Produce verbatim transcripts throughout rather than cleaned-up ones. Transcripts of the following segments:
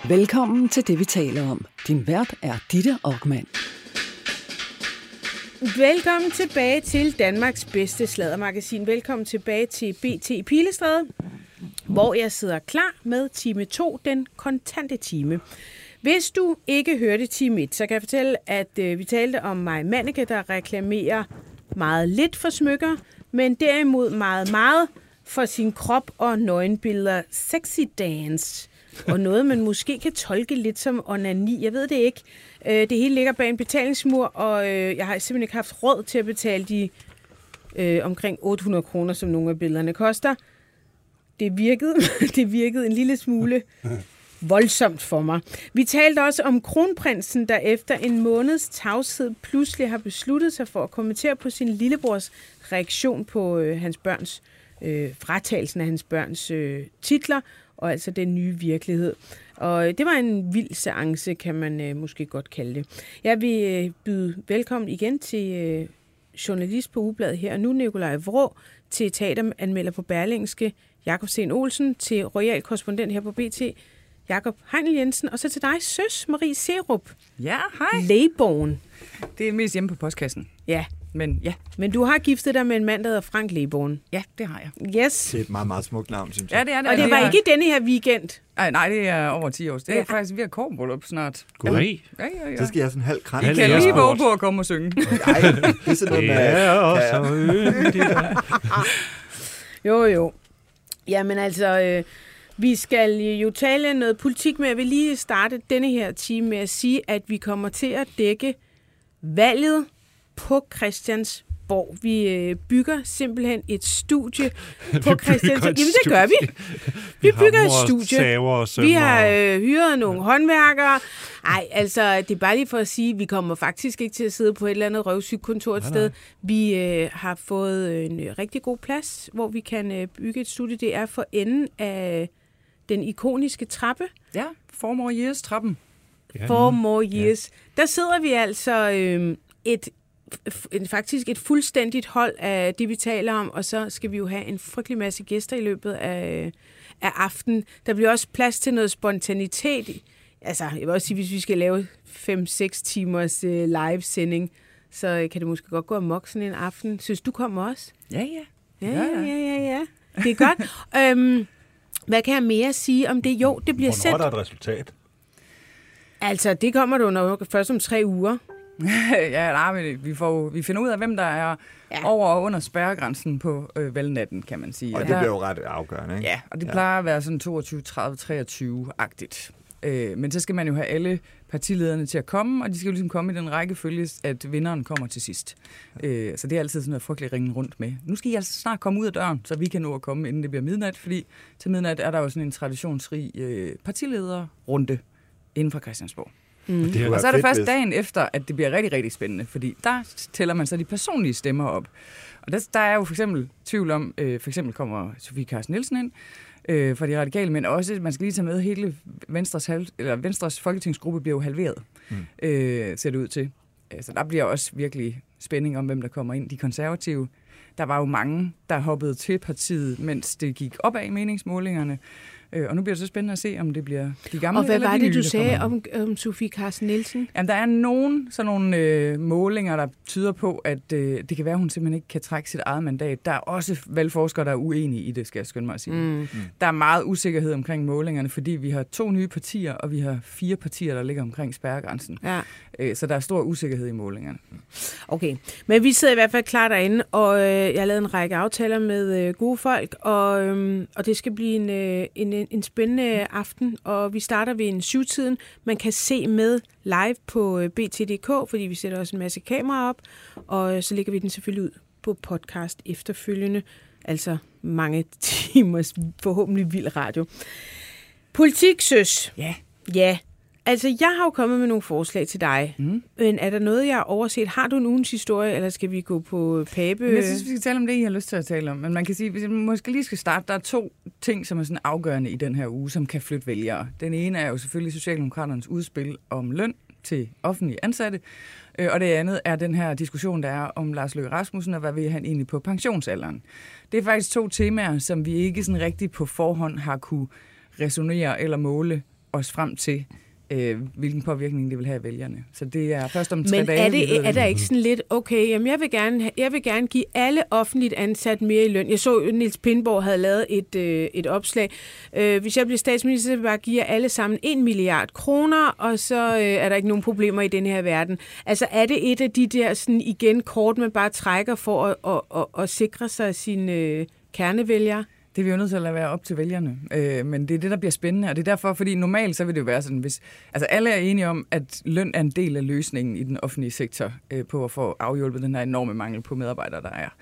Velkommen til det, vi taler om. Din vært er Ditte Okman. Velkommen tilbage til Danmarks bedste sladdermagasin. Velkommen tilbage til B T Pilestræde, hvor jeg sidder klar med time to, den kontante time. Hvis du ikke hørte time et, så kan jeg fortælle, at øh, vi talte om Maja Mannicke, der reklamerer meget lidt for smykker, men derimod meget, meget for sin krop og nøgenbilleder. Sexy dance. Og noget, man måske kan tolke lidt som onani. Jeg ved det ikke. Det hele ligger bag en betalingsmur, og jeg har simpelthen ikke haft råd til at betale de øh, omkring otte hundrede kroner, som nogle af billederne koster. Det virkede, det virkede en lille smule voldsomt for mig. Vi talte også om kronprinsen, der efter en måneds tavshed pludselig har besluttet sig for at kommentere på sin lillebrors reaktion på øh, hans børns øh, fratagelsen af hans børns øh, titler, og altså den nye virkelighed. Og det var en vild seance, kan man øh, måske godt kalde det. Jeg vil øh, byde velkommen igen til øh, journalist på Ugebladet her, og nu Nikolaj Vrå, til teateranmelder på Berlingske, Jakob Sten Olsen, til royal korrespondent her på B T, Jakob Heinl Jensen, og så til dig, søs, Marie Serup. Ja, hej. Leybourn. Det er mest hjemme på postkassen. Ja. Men ja. Men du har giftet dig med en mand, der hedder Frank Leybourn. Ja, det har jeg. Yes. Det er et meget, meget smukt navn, synes jeg. Ja, det er det. Og det var ikke denne her weekend. Nej, nej, det er over ti år. Det er ja. faktisk, vi har kårbryllup snart. God. Ja, ja, ja. Så skal jeg have sådan en halv krans. I kan lige våge på at komme og synge. Nej, det er sådan noget med... Ja, og så yndigt. Jo, jo. Jamen altså, øh, vi skal jo tale noget politik, men jeg vil lige starte denne her time med at sige, at vi kommer til at dække valget på Christiansborg. Vi øh, bygger simpelthen et studie på Christiansborg. Jamen, det gør vi. Vi, vi bygger et studie. Vi har øh, hyret nogle håndværkere. Ej, altså, det er bare lige for at sige, at vi kommer faktisk ikke til at sidde på et eller andet røvsygkontor et sted. Vi øh, har fået en øh, rigtig god plads, hvor vi kan øh, bygge et studie. Det er for enden af den ikoniske trappe. Ja, Four More Years-trappen. Four More Years. Ja. Der sidder vi altså øh, et, f- faktisk et fuldstændigt hold af det, vi taler om, og så skal vi jo have en frygtelig masse gæster i løbet af, af aftenen. Der bliver også plads til noget spontanitet. Altså, jeg vil også sige, hvis vi skal lave fem seks timers øh, live-sending, så kan det måske godt gå amok sådan en aften. Synes du kommer også? Ja, ja. Ja, ja, ja, ja. ja. Det er godt. øhm, hvad kan jeg mere sige om det? Jo, det bliver sendt. Hvornår er der et resultat? Altså, det kommer du nok først om tre uger. ja, nej, vi, får, vi finder ud af, hvem der er ja. over og under spærregrænsen på øh, valgnatten, kan man sige. Og det bliver jo ret afgørende, ikke? Ja, og det plejer at være sådan toogtyve, tredive, treogtyve-agtigt. Øh, men så skal man jo have alle partilederne til at komme, og de skal jo ligesom komme i den rækkefølge, at vinderen kommer til sidst. Øh, så det er altid sådan noget frygtelig ringen rundt med. Nu skal I altså snart komme ud af døren, så vi kan nå at komme, inden det bliver midnat, fordi til midnat er der jo sådan en traditionsrig øh, partilederrunde inden for Christiansborg. Mm. Og, og så er det først dagen efter, at det bliver rigtig, rigtig spændende, fordi der tæller man så de personlige stemmer op. Og der, der er jo for eksempel tvivl om, øh, for eksempel kommer Sofie Carsten Nielsen ind, øh, for de radikale, men også, man skal lige tage med, hele Venstres, halv, eller Venstres folketingsgruppe bliver jo halveret, mm. øh, ser det ud til. Så der bliver også virkelig spænding om, hvem der kommer ind. De konservative, der var jo mange, der hoppede til partiet, mens det gik opad i meningsmålingerne. Og nu bliver det så spændende at se, om det bliver de gamle og hvad eller var de det, nye, du sagde om, om Sofie Carsten Nielsen? Jamen, der er nogen, sådan nogle øh, målinger, der tyder på, at øh, det kan være, at hun simpelthen ikke kan trække sit eget mandat. Der er også valgforskere, der er uenige i det, skal jeg skynde mig at sige. Mm. Mm. Der er meget usikkerhed omkring målingerne, fordi vi har to nye partier, og vi har fire partier, der ligger omkring spærregrænsen. Ja. Øh, så der er stor usikkerhed i målingerne. Okay, men vi sidder i hvert fald klar derinde, og øh, jeg har lavet en række aftaler med øh, gode folk, og, øh, og det skal blive en, øh, en, en spændende aften, og vi starter ved en syv-tiden. Man kan se med live på øh, B T punktum d k, fordi vi sætter også en masse kameraer op, og øh, så lægger vi den selvfølgelig ud på podcast efterfølgende, altså mange timers forhåbentlig vild radio. Politik, søs. Ja. Ja. Altså, jeg har jo kommet med nogle forslag til dig. Mm. Men er der noget, jeg har overset? Har du en ugens historie, eller skal vi gå på Pape? Jeg synes, vi skal tale om det, I har lyst til at tale om. Men man kan sige, hvis jeg måske lige skal starte, der er to ting, som er sådan afgørende i den her uge, som kan flytte vælgere. Den ene er jo selvfølgelig Socialdemokraternes udspil om løn til offentlige ansatte. Og det andet er den her diskussion, der er om Lars Løkke Rasmussen, og hvad vil han egentlig på pensionsalderen. Det er faktisk to temaer, som vi ikke sådan rigtig på forhånd har kunne resonere eller måle os frem til, øh, hvilken påvirkning det vil have af vælgerne. Så det er først om tre Men dage. er, det, er der ikke sådan lidt, okay, jamen jeg vil gerne, jeg vil gerne give alle offentligt ansat mere i løn. Jeg så, Niels Pindborg havde lavet et, øh, et opslag. Øh, hvis jeg bliver statsminister, så vil jeg bare give jer alle sammen en milliard kroner, og så øh, er der ikke nogen problemer i den her verden. Altså er det et af de der sådan igen kort, man bare trækker for at, at, at, at sikre sig sine øh, kernevælgere? Det er vi jo nødt til at lade være op til vælgerne. Øh, men det er det, der bliver spændende, og det er derfor, fordi normalt så vil det jo være sådan, hvis altså alle er enige om, at løn er en del af løsningen i den offentlige sektor øh, på at få afhjulpet den her enorme mangel på medarbejdere, der er.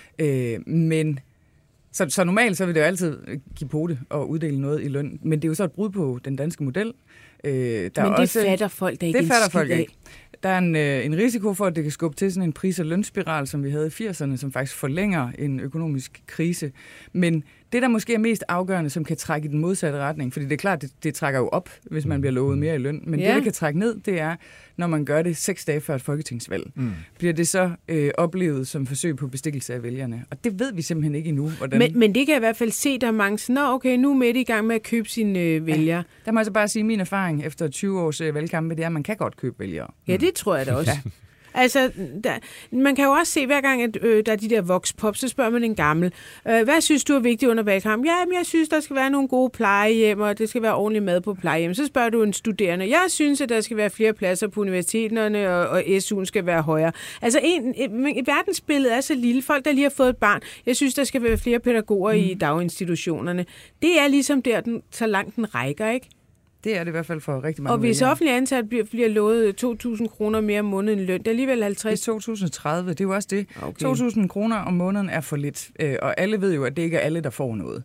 Øh, men så, så normalt så vil det jo altid give på det og uddele noget i løn, men det er jo så et brud på den danske model. Øh, der men er det også, fatter folk da ikke det en fatter skid folk af. ikke. Der er en, øh, en risiko for, at det kan skubbe til sådan en pris- og lønspiral, som vi havde i firserne, som faktisk forlænger en økonomisk krise. Men det, der måske er mest afgørende, som kan trække i den modsatte retning, fordi det er klart, det, det trækker jo op, hvis man bliver lovet mere i løn, men ja. det, der kan trække ned, det er, når man gør det seks dage før et folketingsvalg. Mm. Bliver det så øh, oplevet som forsøg på bestikkelse af vælgerne? Og det ved vi simpelthen ikke endnu. Hvordan... Men, men det kan jeg i hvert fald se, der er mange sådan, nå okay, nu er Mette i gang med at købe sine øh, vælgere. Ja. Der må jeg så bare sige, at min erfaring efter tyve års øh, valgkampe, det er, at man kan godt købe vælgere. Ja, det tror jeg da også. Ja. Altså, der, man kan jo også se, hver gang, at øh, der er de der voxpop, så spørger man en gammel, øh, hvad synes du er vigtigt under valgkamp? Ja, men jeg synes, der skal være nogle gode plejehjem, og det skal være ordentlig mad på plejehjem. Så spørger du en studerende, jeg synes, at der skal være flere pladser på universiteterne, og, og S U'en skal være højere. Altså, en, et, verdensbilledet er så lille. Folk, der lige har fået et barn, jeg synes, der skal være flere pædagoger mm. i daginstitutionerne. Det er ligesom der, den, så langt den rækker, ikke? Det er det i hvert fald for rigtig mange. Og hvis offentlig ansat bliver, bliver lovet to tusind kroner mere om måneden i løn, det er alligevel halvtreds. Det er to tusind og tredive, det er jo også det. Okay. to tusind kroner om måneden er for lidt, og alle ved jo, at det ikke er alle, der får noget.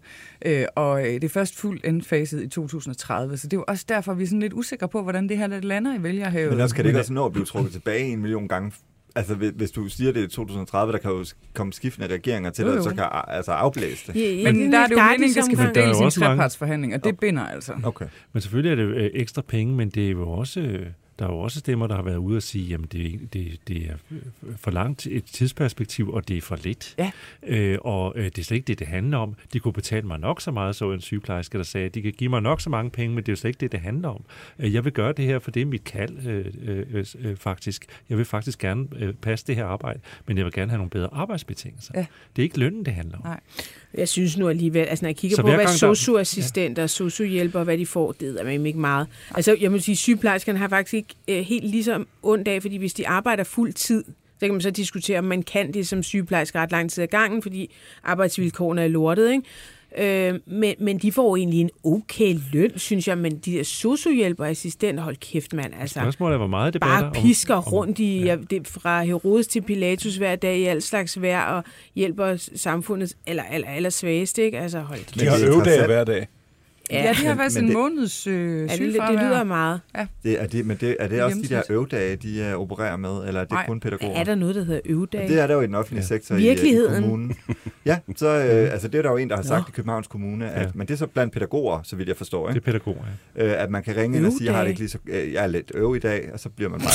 Og det er først fuldt indfaset i to tusind og tredive, så det er jo også derfor, vi er sådan lidt usikre på, hvordan det her lander i vælgerhavet. Men også kan det ikke også nå at blive trukket tilbage en million gange? Altså, hvis du siger det i to tusind og tredive, der kan jo komme skiftende regeringer til, at så kan altså afblæse det. Ja, ja, men der er det jo meningen, der skal fordeles i en mange... trepartsforhandling, og det okay. binder altså. Okay. Men selvfølgelig er det jo ekstra penge, men det er jo også... Der er jo også stemmer, der har været ude og sige, at det, det, det er for langt et tidsperspektiv, og det er for lidt. Ja. Øh, og øh, det er slet ikke det, det handler om. De kunne betale mig nok så meget, så en sygeplejerske, der sagde, at de kan give mig nok så mange penge, men det er jo slet ikke det, det handler om. Jeg vil gøre det her, for det er mit kald, øh, øh, øh, faktisk. Jeg vil faktisk gerne øh, passe det her arbejde, men jeg vil gerne have nogle bedre arbejdsbetingelser. Ja. Det er ikke lønnen, det handler om. Nej. Jeg synes nu alligevel, altså når jeg kigger så på, hvad sosu-assistenter og sosu-hjælpere, hvad de får, det er mig ikke meget. Altså jeg må sige, sygeplejerskerne har faktisk ikke øh, helt ligesom ondt af, fordi hvis de arbejder fuld tid, så kan man så diskutere, om man kan det som sygeplejerske ret lang tid ad gangen, fordi arbejdsvilkårene er lortet, ikke? Øh, men, men de får egentlig en okay løn, synes jeg, men de der sosu-hjælper og assistenter, hold kæft, mand. Altså, spørgsmålet er, hvor meget det bare pisker om, rundt i, ja. det, fra Herodes til Pilatus hver dag i alt slags vejr, og hjælper samfundet eller, eller, eller svageste, ikke? Altså, hold kæft. De har øvedage hver dag. Ja, ja, det har faktisk en det, måneds øh, sygefravær. Det lyder meget. Ja. Det er det, men det, er det også de der øvedage, de uh, opererer med, eller er det Nej. kun pædagoger? Er der noget, der hedder øvedage? Det er der jo i den offentlige ja. sektor i, i kommunen. Ja, så øh, altså, det er der jo en, der har sagt Nå. i Københavns Kommune, at, ja. men det er så blandt pædagoger, så vidt jeg forstår. Ikke? Det er pædagoger, ja. øh, At man kan ringe ind og sige, jeg har det ikke lige så, øh, jeg er lidt øve i dag, og så bliver man bare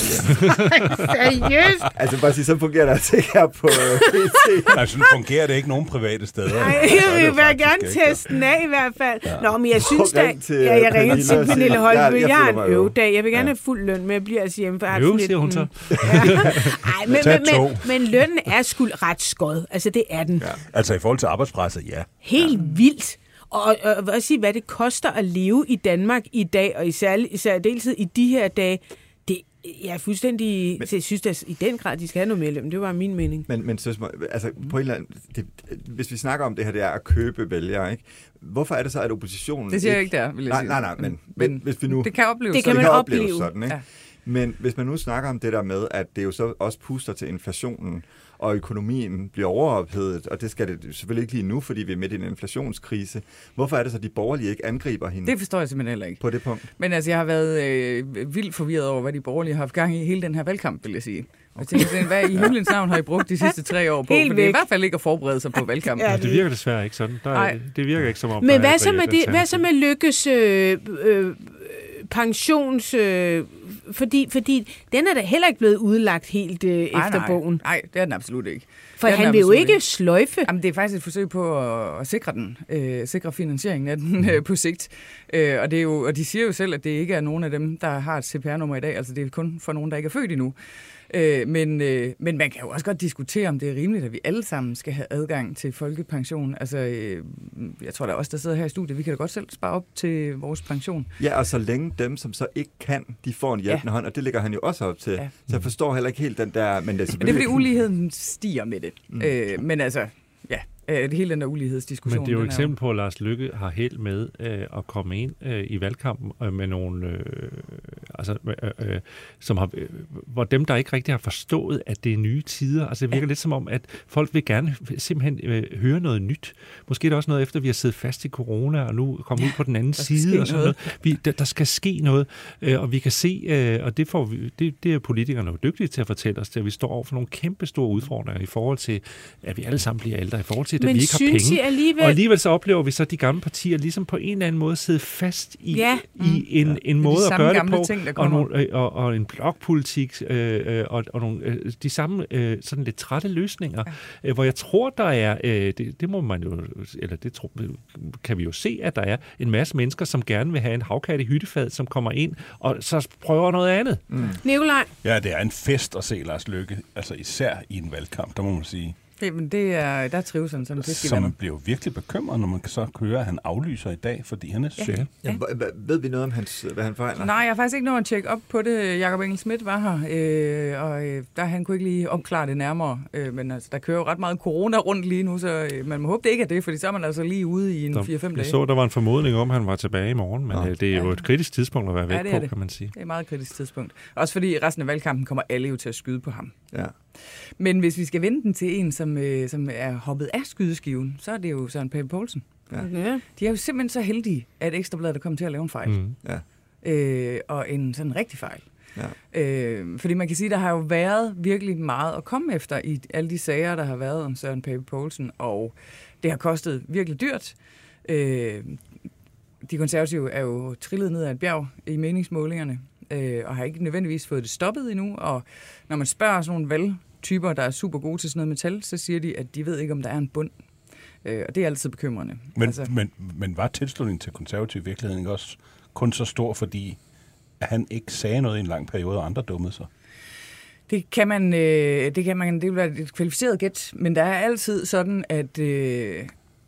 hjemme. Seriøst? Altså bare sige, så fungerer det altså ikke her på P T. Nej, sådan fungerer det ikke nogen private steder. Nej, jeg vil bare gerne teste den af i hvert fald. Ja. Nå, men jeg synes da... Ja, jeg ringer til Pernille Holmø. Jeg, jeg, jeg har en øvedag. Jeg vil gerne ja. have fuld løn, men jeg bliver altså hjemme. For Øve, siger hun så. Ja. Ej, men, men, men, men lønnen er sgu ret skød. Altså, det er den. Ja. Altså, i forhold til arbejdspresset, ja. Helt ja. vildt. Og, og, og hvad, sige, hvad det koster at leve i Danmark i dag, og især, især deltid i de her dage, det jeg er fuldstændig... Men, jeg synes, at i den grad, de skal have noget mere løn. Det var min mening. Men, men søs, altså, på en eller anden, det, hvis vi snakker om det her, det er at købe vælgere, ikke? Hvorfor er det så, at oppositionen... Det siger jeg ikke der, vil jeg nej, sige. Nej, nej, men, men hvis vi nu... Det kan opleves det kan man det kan opleve. opleves sådan, ikke? Ja. Men hvis man nu snakker om det der med, at det jo så også puster til inflationen, og økonomien bliver overophedet, og det skal det selvfølgelig ikke lige nu, fordi vi er midt i en inflationskrise. Hvorfor er det så, at de borgerlige ikke angriber hende? Det forstår jeg simpelthen heller ikke. På det punkt. Men altså, jeg har været øh, vildt forvirret over, hvad de borgerlige har haft gang i hele den her valgkamp, vil jeg sige. Og jeg tænker, hvad i himlens navn har I brugt de sidste tre år på? Helt for det er i hvert fald ikke at forberede sig på valgkampen. Ja, det virker desværre ikke sådan. Der er, det virker ikke som om... Men hvad så med, det, hvad så med Lykkes øh, øh, pensions... Øh, fordi, fordi den er da heller ikke blevet udlagt helt øh, efter nej, bogen. Nej, det er den absolut ikke. For det han vil jo ikke sløjfe. Jamen, det er faktisk et forsøg på at, at sikre den, øh, sikre finansieringen af den øh, på sigt. Øh, og, det er jo, og de siger jo selv, at det ikke er nogen af dem, der har et C P R-nummer i dag. Altså, det er kun for nogen, der ikke er født endnu. Øh, men, øh, men man kan jo også godt diskutere, om det er rimeligt, at vi alle sammen skal have adgang til folkepension. Altså, øh, jeg tror da også, der sidder her i studiet, vi kan da godt selv spare op til vores pension. Ja, og så længe dem, som så ikke kan, de får en hjælpende ja. hånd, og det ligger han jo også op til. Ja. Så jeg forstår heller ikke helt den der... Men det er, men det er fordi uligheden stiger med det. Mm. Øh, men altså... Ja, det hele den der ulighedsdiskussion. Men det er jo et eksempel jo... på, at Lars Løkke har held med øh, at komme ind øh, i valgkampen øh, med nogle, øh, altså, øh, øh, som har, øh, hvor dem, der ikke rigtig har forstået, at det er nye tider, altså det virker ja. lidt som om, at folk vil gerne simpelthen øh, høre noget nyt. Måske er det også noget efter, vi har siddet fast i corona, og nu kommer ja, ud på den anden side og sådan noget. Vi, der, der skal ske noget, øh, og vi kan se, øh, og det, får vi, det, det er politikerne jo dygtige til at fortælle os, at vi står over for nogle kæmpe store udfordringer i forhold til, at vi alle sammen bliver ældre, i forhold til, at vi ikke har penge. Alligevel... Og alligevel så oplever vi så, at de gamle partier ligesom på en eller anden måde sidder fast i, ja. i en, ja. en måde at gøre det på, ting, og, nogle, og, og en blokpolitik, øh, og, og nogle, øh, de samme øh, sådan lidt trætte løsninger, ja. øh, hvor jeg tror, der er, øh, det, det må man jo, eller det tror, kan vi jo se, at der er en masse mennesker, som gerne vil have en havkat i hyttefad, som kommer ind, og så prøver noget andet. Mm. Nikolaj? Ja, det er en fest at se Lars Løkke, altså især i en valgkamp, der må man sige. Jamen, det er, der trives han som fisk i vandet. Som bliver virkelig bekymret, når man så hører, at han aflyser i dag, fordi han er syg. Ja. Ja. Ja, ved vi noget om, hans, hvad han fejler? Nej, jeg har faktisk ikke nået at tjekke op på det. Jakob Engel Schmidt var her, øh, og øh, der han kunne ikke lige opklare det nærmere. Øh, men altså, der kører jo ret meget corona rundt lige nu, så øh, man må håbe, det ikke er det, fordi så er man altså lige ude i en fire fem dage. Jeg så, der var en formodning om, at han var tilbage i morgen, men ja. det er jo ja. et kritisk tidspunkt at være væk ja, på, det. kan man sige. Det er et meget kritisk tidspunkt. Også fordi resten af valgkampen kommer alle jo til at skyde på ham. Ja. Men hvis vi skal vende den til en, som, øh, som er hoppet af skydeskiven, så er det jo Søren Pape Poulsen. Ja. Ja. De er jo simpelthen så heldige, at Ekstra Bladet er kommet til at lave en fejl. Mm. Ja. Øh, og en sådan rigtig fejl. Ja. Øh, fordi man kan sige, der har jo været virkelig meget at komme efter i alle de sager, der har været om Søren Pape Poulsen, og det har kostet virkelig dyrt. Øh, de konservative er jo trillet ned ad et bjerg i meningsmålingerne, øh, og har ikke nødvendigvis fået det stoppet endnu, og når man spørger sådan nogle valgtyper, der er super gode til sådan noget metal, så siger de, at de ved ikke, om der er en bund. Øh, og det er altid bekymrende. Men, altså, men, men var tilslutningen til konservativ virkeligheden ikke også kun så stor, fordi at han ikke sagde noget i en lang periode, og andre dummede sig? Det kan man, øh, det kan man, det vil være et kvalificeret gæt, men der er altid sådan, at, øh,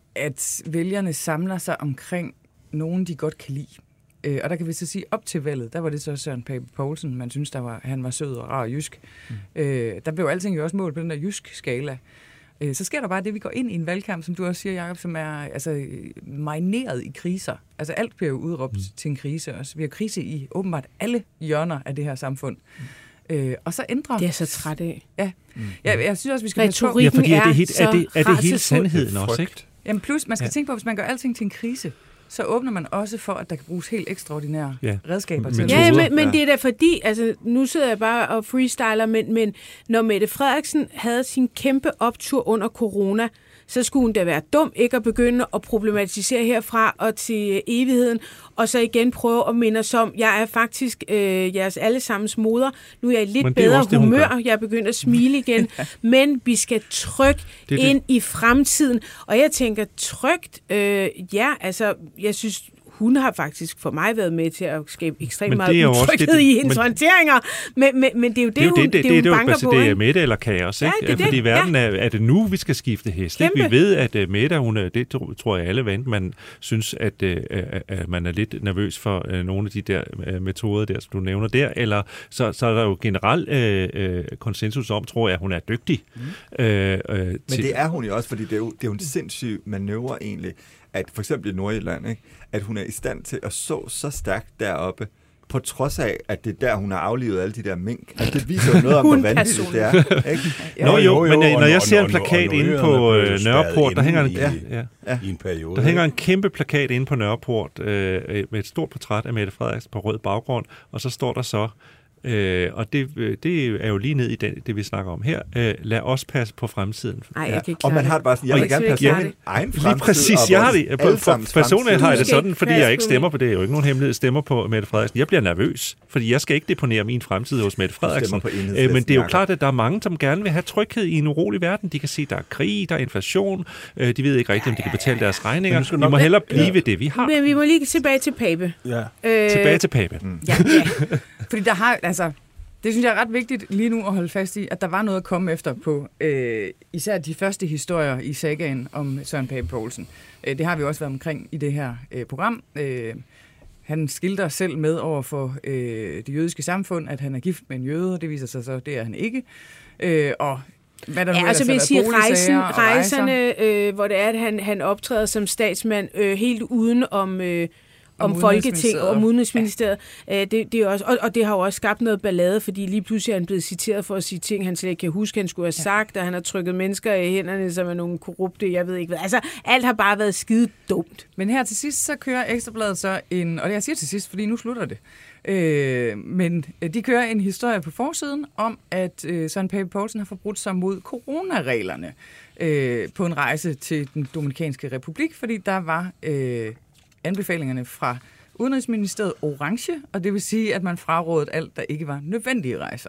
at vælgerne samler sig omkring nogen, de godt kan lide. Øh, og der kan vi så sige, op til valget, der var det så Søren Pape Poulsen, man synes, der var, han var sød og rar og jysk. Mm. Øh, der blev alting jo også målt på den der jysk-skala. Øh, så sker der bare det, vi går ind i en valgkamp, som du også siger, Jacob, som er altså, marineret i kriser. Altså alt bliver jo udråbt mm. til en krise også. Vi har krise i åbenbart alle hjørner af det her samfund. Mm. Øh, og så ændrer... Det er så træt af. Ja, mm. ja jeg synes også, vi skal... Retorikken ja, fordi er, er, det helt, er, det, er det hele sandheden også, ikke? Jamen plus, man skal ja. tænke på, hvis man gør alting til en krise, så åbner man også for, at der kan bruges helt ekstraordinære ja. redskaber til. Ja, men, men det er da fordi, altså nu sidder jeg bare og freestyler, men, men når Mette Frederiksen havde sin kæmpe optur under corona, så skulle hun da være dum ikke at begynde at problematisere herfra og til evigheden, og så igen prøve at minde os om, jeg er faktisk øh, jeres allesammens moder, nu er jeg i lidt bedre det, humør, jeg er begyndt at smile igen, men vi skal trykke det, ind det. i fremtiden, og jeg tænker trygt, øh, ja, altså, jeg synes, hun har faktisk for mig været med til at skabe ekstremt meget utryghed i hendes håndteringer, men, men, men det er jo det, det, er jo hun, det, det, det, det, det banker altså, på. Det er Mette eller kaos, ikke? Ja, det er Fordi det. verden ja. er, er det nu, vi skal skifte hest. Ikke? Vi ved, at uh, Mette, hun er, det tror jeg alle vant, man synes, at, uh, at man er lidt nervøs for uh, nogle af de der uh, metoder, der, som du nævner der, eller så, så er der jo generelt uh, uh, konsensus om, tror jeg, at hun er dygtig. Mm. Uh, uh, men det er hun jo også, fordi det er jo, det er jo en sindssyg manøvre egentlig, at for eksempel i Nordjylland, ikke, at hun er i stand til at så så stærkt deroppe, på trods af, at det er der, hun har aflivet alle de der mink. Altså, det viser jo noget om, hvor vanvittigt det er. Ikke? Nå jo, men når jeg ser en plakat inde på Nørreport, der hænger en, ja, ja, i en periode. Der hænger en kæmpe plakat inde på Nørreport øh, med et stort portræt af Mette Frederiksen på rød baggrund, og så står der så, Øh, og det, det er jo lige ned i det, det vi snakker om her. Øh, lad os passe på fremtiden. Ej, jeg kan ikke og man har det bare sådan, jeg vil gerne passe på min egen fremtid. Lige præcis, jeg har det. Personligt har jeg det sådan, fordi jeg ikke stemmer på det. Det er jo ikke nogen hemmelighed, stemmer på Mette Frederiksen. Jeg bliver nervøs, fordi jeg skal ikke deponere min fremtid hos Mette Frederiksen. Øh, men det er jo klart, at der er mange, som gerne vil have tryghed i en urolig verden. De kan se, at der er krig, der er inflation. Øh, de ved ikke rigtigt, om de kan betale deres regninger. Vi må hellere blive ved det, vi har. Men vi må lige tilbage til Pape. Ja. Øh, tilbage til Pape. Mm. Ja, ja. Fordi der har, altså, det synes jeg er ret vigtigt lige nu at holde fast i, at der var noget at komme efter på øh, især de første historier i sagaen om Søren Pape Poulsen. Øh, det har vi også været omkring i det her øh, program. Øh, han skilter selv med over for øh, det jødiske samfund, at han er gift med en jøde, og det viser sig så, det er han ikke. Øh, og hvad der ja, nu altså vil sige, rejsen, rejserne, øh, hvor det er, at han, han optræder som statsmand øh, helt uden om... Øh, om, om Folketing og om Udenrigsministeriet. Ja. Det, det er også, og, og det har jo også skabt noget ballade, fordi lige pludselig er han blevet citeret for at sige ting, han slet ikke kan huske, han skulle have sagt, ja. Og han har trykket mennesker i hænderne, som er nogle korrupte, jeg ved ikke hvad. Altså, alt har bare været skide dumt. Men her til sidst, så kører Ekstrabladet så en, og det jeg siger til sidst, fordi nu slutter det, øh, men de kører en historie på forsiden om, at øh, Søren Pape Poulsen har forbrudt sig mod coronareglerne øh, på en rejse til den Dominikanske Republik, fordi der var... Øh, anbefalingerne fra Udenrigsministeriet orange, og det vil sige, at man frarådede alt, der ikke var nødvendige rejser.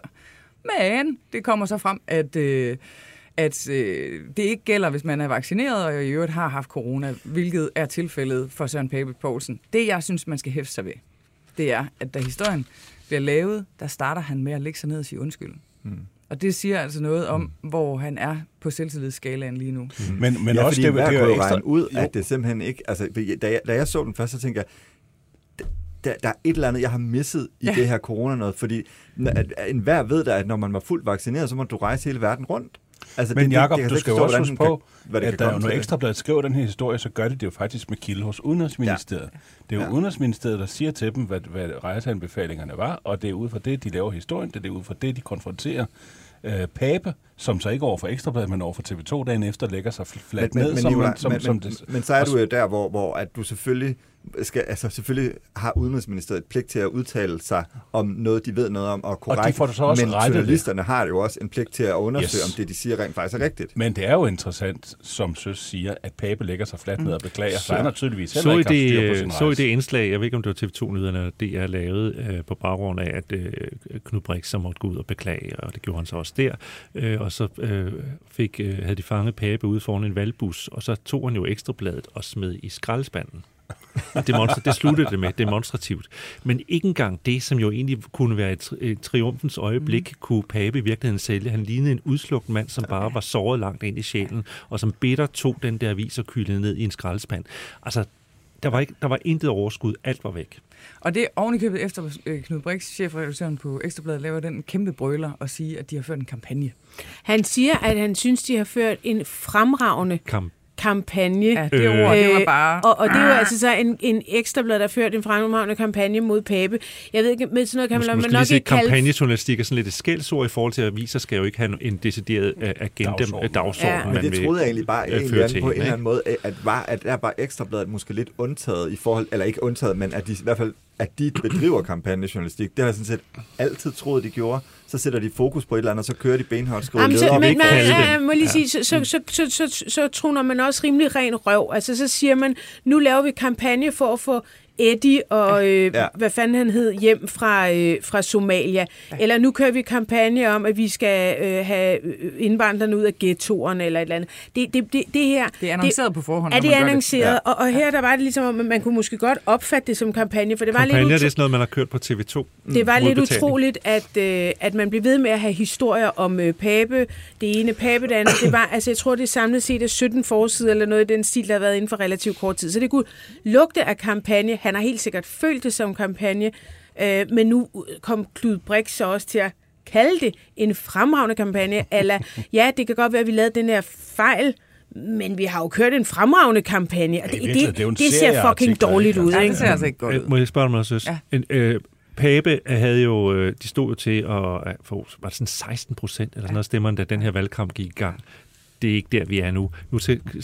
Men det kommer så frem, at, øh, at øh, det ikke gælder, hvis man er vaccineret og i øvrigt har haft corona, hvilket er tilfældet for Søren Pape Poulsen. Det, jeg synes, man skal hæfte sig ved, det er, at da historien bliver lavet, der starter han med at lægge sig ned og sige undskyld. Mm. Og det siger altså noget om, mm. hvor han er på selvtillidsskalaen lige nu. Mm. Men, men ja, også det, det er jo ekstra ud, at det simpelthen ikke... Altså, da jeg, da jeg så den først, så tænkte jeg, der, der er et eller andet, jeg har misset i ja. det her corona noget, fordi enhver ved da, at når man var fuldt vaccineret, så må du rejse hele verden rundt. Altså, men det, Jacob, det, du skal jo også huske på, kan, at der, når Ekstrabladet skriver den her historie, så gør det det jo faktisk med kilde hos Udenrigsministeriet. Ja. Det er jo ja. Udenrigsministeriet, der siger til dem, hvad, hvad rejseanbefalingerne var, og det er ud fra det, de laver historien, det er ud fra det, de konfronterer øh, Pape, som så ikke over for Ekstrabladet, men over for T V to dagen efter, lægger sig fladt men, ned. Men, som men, man, som, men, som men, det, men så er du jo der, hvor, hvor at du selvfølgelig skal, altså selvfølgelig har Udenrigsministeriet pligt til at udtale sig om noget, de ved noget om, og korrekt. Og de får så også men journalisterne det. Har jo også en pligt til at undersøge, yes. om det, de siger, rent faktisk er rigtigt. Men det er jo interessant, som Søs siger, at Pape lægger sig fladt ned og beklager, så, så han har tydeligvis heller ikke haft styr på sin rejse. Så i det indslag, jeg ved ikke, om det var T V to-nyhederne, eller det er lavet øh, på baggrund af, at øh, Knud Brix så måtte gå ud og beklage, og det gjorde han så også der. Øh, og så øh, fik, øh, havde de fanget Pape ude foran en valgbus, og så tog han jo Ekstrabladet og smed i skraldespanden. Demonstra- det sluttede det med, demonstrativt. Men ikke engang det, som jo egentlig kunne være et, et triumfens øjeblik, mm. kunne Pape i virkeligheden sælge. Han lignede en udslugt mand, som bare var såret langt ind i sjælen, og som bitter tog den der avis og kyldede ned i en skraldespand. Altså, der var, ikke, der var intet overskud. Alt var væk. Og det er ovenikøbet efter Knud Brix, chefredaktøren på Ekstrabladet, laver den kæmpe brøler og siger, at de har ført en kampagne. Han siger, at han synes, de har ført en fremragende kampagne. kampagne. Ja, det ord, det var bare... Og, og det er jo altså så en, en Ekstrablad, der ført en fremragende kampagne mod Pape. Jeg ved ikke, med sådan noget kan man, man nok ikke kalde... Kampagnejournalistik er sådan lidt et skældsord i forhold til aviser, skal jo ikke have en decideret uh, agenda, dagsorden. dagsorden ja. Men det troede jeg egentlig bare uh, egentlig til, på en eller anden måde, at, var, at der var Ekstrabladet måske lidt undtaget i forhold... Eller ikke undtaget, men at de i hvert fald at de bedriver kampagnejournalistik. Det har jeg sådan set altid troet, de gjorde. Så sætter de fokus på et eller andet, og så kører de benhårdt skriver leder. Men man, jeg må lige sige, så, så, så, så, så, så, så truner man også rimelig ren røv. Altså så siger man, nu laver vi kampagne for at få Eddie og øh, ja. hvad fanden han hed, hjem fra, øh, fra Somalia. Ja. Eller nu kører vi kampagne om, at vi skal øh, have indvandrerne ud af ghettoerne eller et eller andet. Det, det, det, det her... Det er annonceret det, på forhånd, er det er annonceret, det. Ja. Og, og her der var det ligesom, at man kunne måske godt opfatte det som kampagne, for det var kampagne, lidt... Kampagne, det er sådan noget, man har kørt på T V to. Det var lidt utroligt, at, øh, at man blev ved med at have historier om øh, Pape, det ene Pape, det andet. Det var, altså jeg tror, det samlet set er sytten forsider eller noget i den stil, der har været inden for relativt kort tid. Så det kunne lugte af kampagne. Han har helt sikkert følt det som kampagne, øh, men nu kom Knud Brix så også til at kalde det en fremragende kampagne, eller ja, det kan godt være, at vi lavede den her fejl, men vi har jo kørt en fremragende kampagne, og det, ja, det, det, det ser fucking dårligt ud. Ja, det ser altså ikke godt ud. Må jeg spørge dig noget, Søs? Ja. En, øh, Pape havde jo, de stod jo til at få, var det sådan seksten procent eller sådan noget stemmerne, da den her valgkamp gik i gang. Det er ikke der, vi er nu. Nu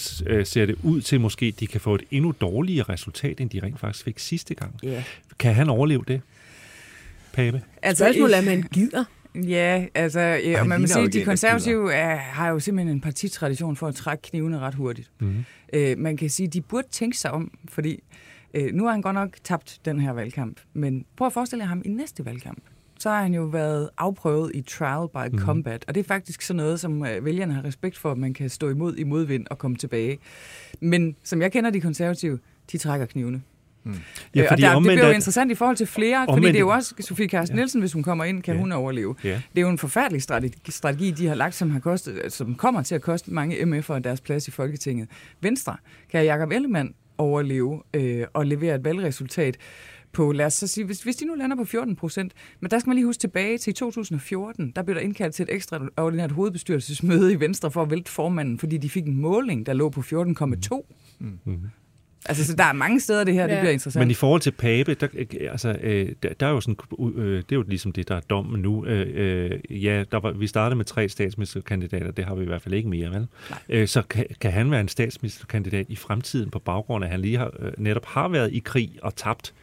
ser det ud til, måske de kan få et endnu dårligere resultat, end de rent faktisk fik sidste gang. Yeah. Kan han overleve det? Pape? Altså, spørgsmålet er, at man gider. Ja, altså, ja, og man må sige, at de konservative er, har jo simpelthen en partitradition for at trække knivene ret hurtigt. Mm-hmm. Øh, man kan sige, at de burde tænke sig om, fordi øh, nu har han godt nok tabt den her valgkamp, men prøv at forestille jer ham i næste valgkamp. Så har han jo været afprøvet i trial by mm-hmm. combat, og det er faktisk sådan noget, som øh, vælgerne har respekt for, at man kan stå imod i modvind og komme tilbage. Men som jeg kender de konservative, de trækker knivene. Hmm. Ja, og der, det bliver jo interessant i forhold til flere, omvendt, fordi det er jo også Sofie Carsten Nielsen, hvis hun kommer ind, kan ja. hun overleve. Ja. Det er jo en forfærdelig strategi, strategi de har lagt, som, har kostet, som kommer til at koste mange M F'ere deres plads i Folketinget. Venstre kan Jakob Ellemann overleve øh, og levere et valgresultat på, lad os så sige, hvis, hvis de nu lander på fjorten procent, men der skal man lige huske tilbage til to tusind og fjorten, der blev der indkaldt til et ekstraordinært hovedbestyrelsesmøde i Venstre for at vælte formanden, fordi de fik en måling, der lå på fjorten komma to. Mm-hmm. Altså, så der er mange steder, det her, ja. det bliver interessant. Men i forhold til Pape, der, altså, øh, der, der er jo sådan, øh, det er jo ligesom det, der er dommen nu. Øh, øh, ja, der var, vi startede med tre statsministerkandidater, det har vi i hvert fald ikke mere, vel? Øh, så kan, kan han være en statsministerkandidat i fremtiden på baggrund af, at han lige har, øh, netop har været i krig og tabt?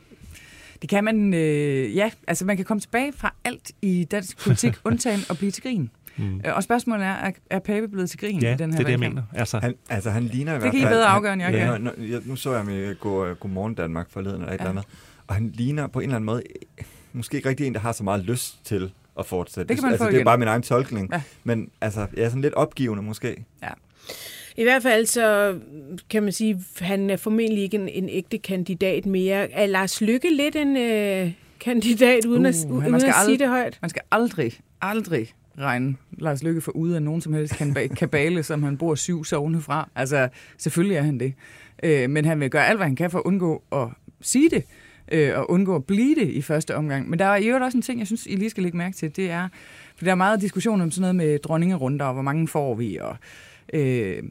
Det kan man, øh, ja, altså man kan komme tilbage fra alt i dansk politik, undtagen at blive til grin. Mm. Og spørgsmålet er, er, er Pape blevet til grin ja, i den her det er det, jeg valgkamp? mener. Altså. Han, altså, han ligner i det hvert fald... kan I bedre afgøre, end jeg ja, kan. Ja, nu så jeg med God, Godmorgen Danmark forleden eller et ja. eller andet, og han ligner på en eller anden måde, måske ikke rigtig en, der har så meget lyst til at fortsætte. Det kan man altså, få det er igen. bare min egen tolkning. Ja. Men altså, jeg er sådan lidt opgivende måske. Ja. I hvert fald så kan man sige, at han er formentlig ikke en, en ægte kandidat mere. Er Lars Løkke lidt en øh, kandidat, uden, uh, at, uden at sige aldrig, det højt? Man skal aldrig, aldrig regne Lars Løkke for ude af nogen som helst kabale, som han bor syv sogne fra. Altså, selvfølgelig er han det. Øh, men han vil gøre alt, hvad han kan for at undgå at sige det, øh, og undgå at blive det i første omgang. Men der er i øvrigt også en ting, jeg synes, I lige skal lægge mærke til. Det er, for der er meget diskussion om sådan noget med dronningerunder, og hvor mange får vi, og... Øh,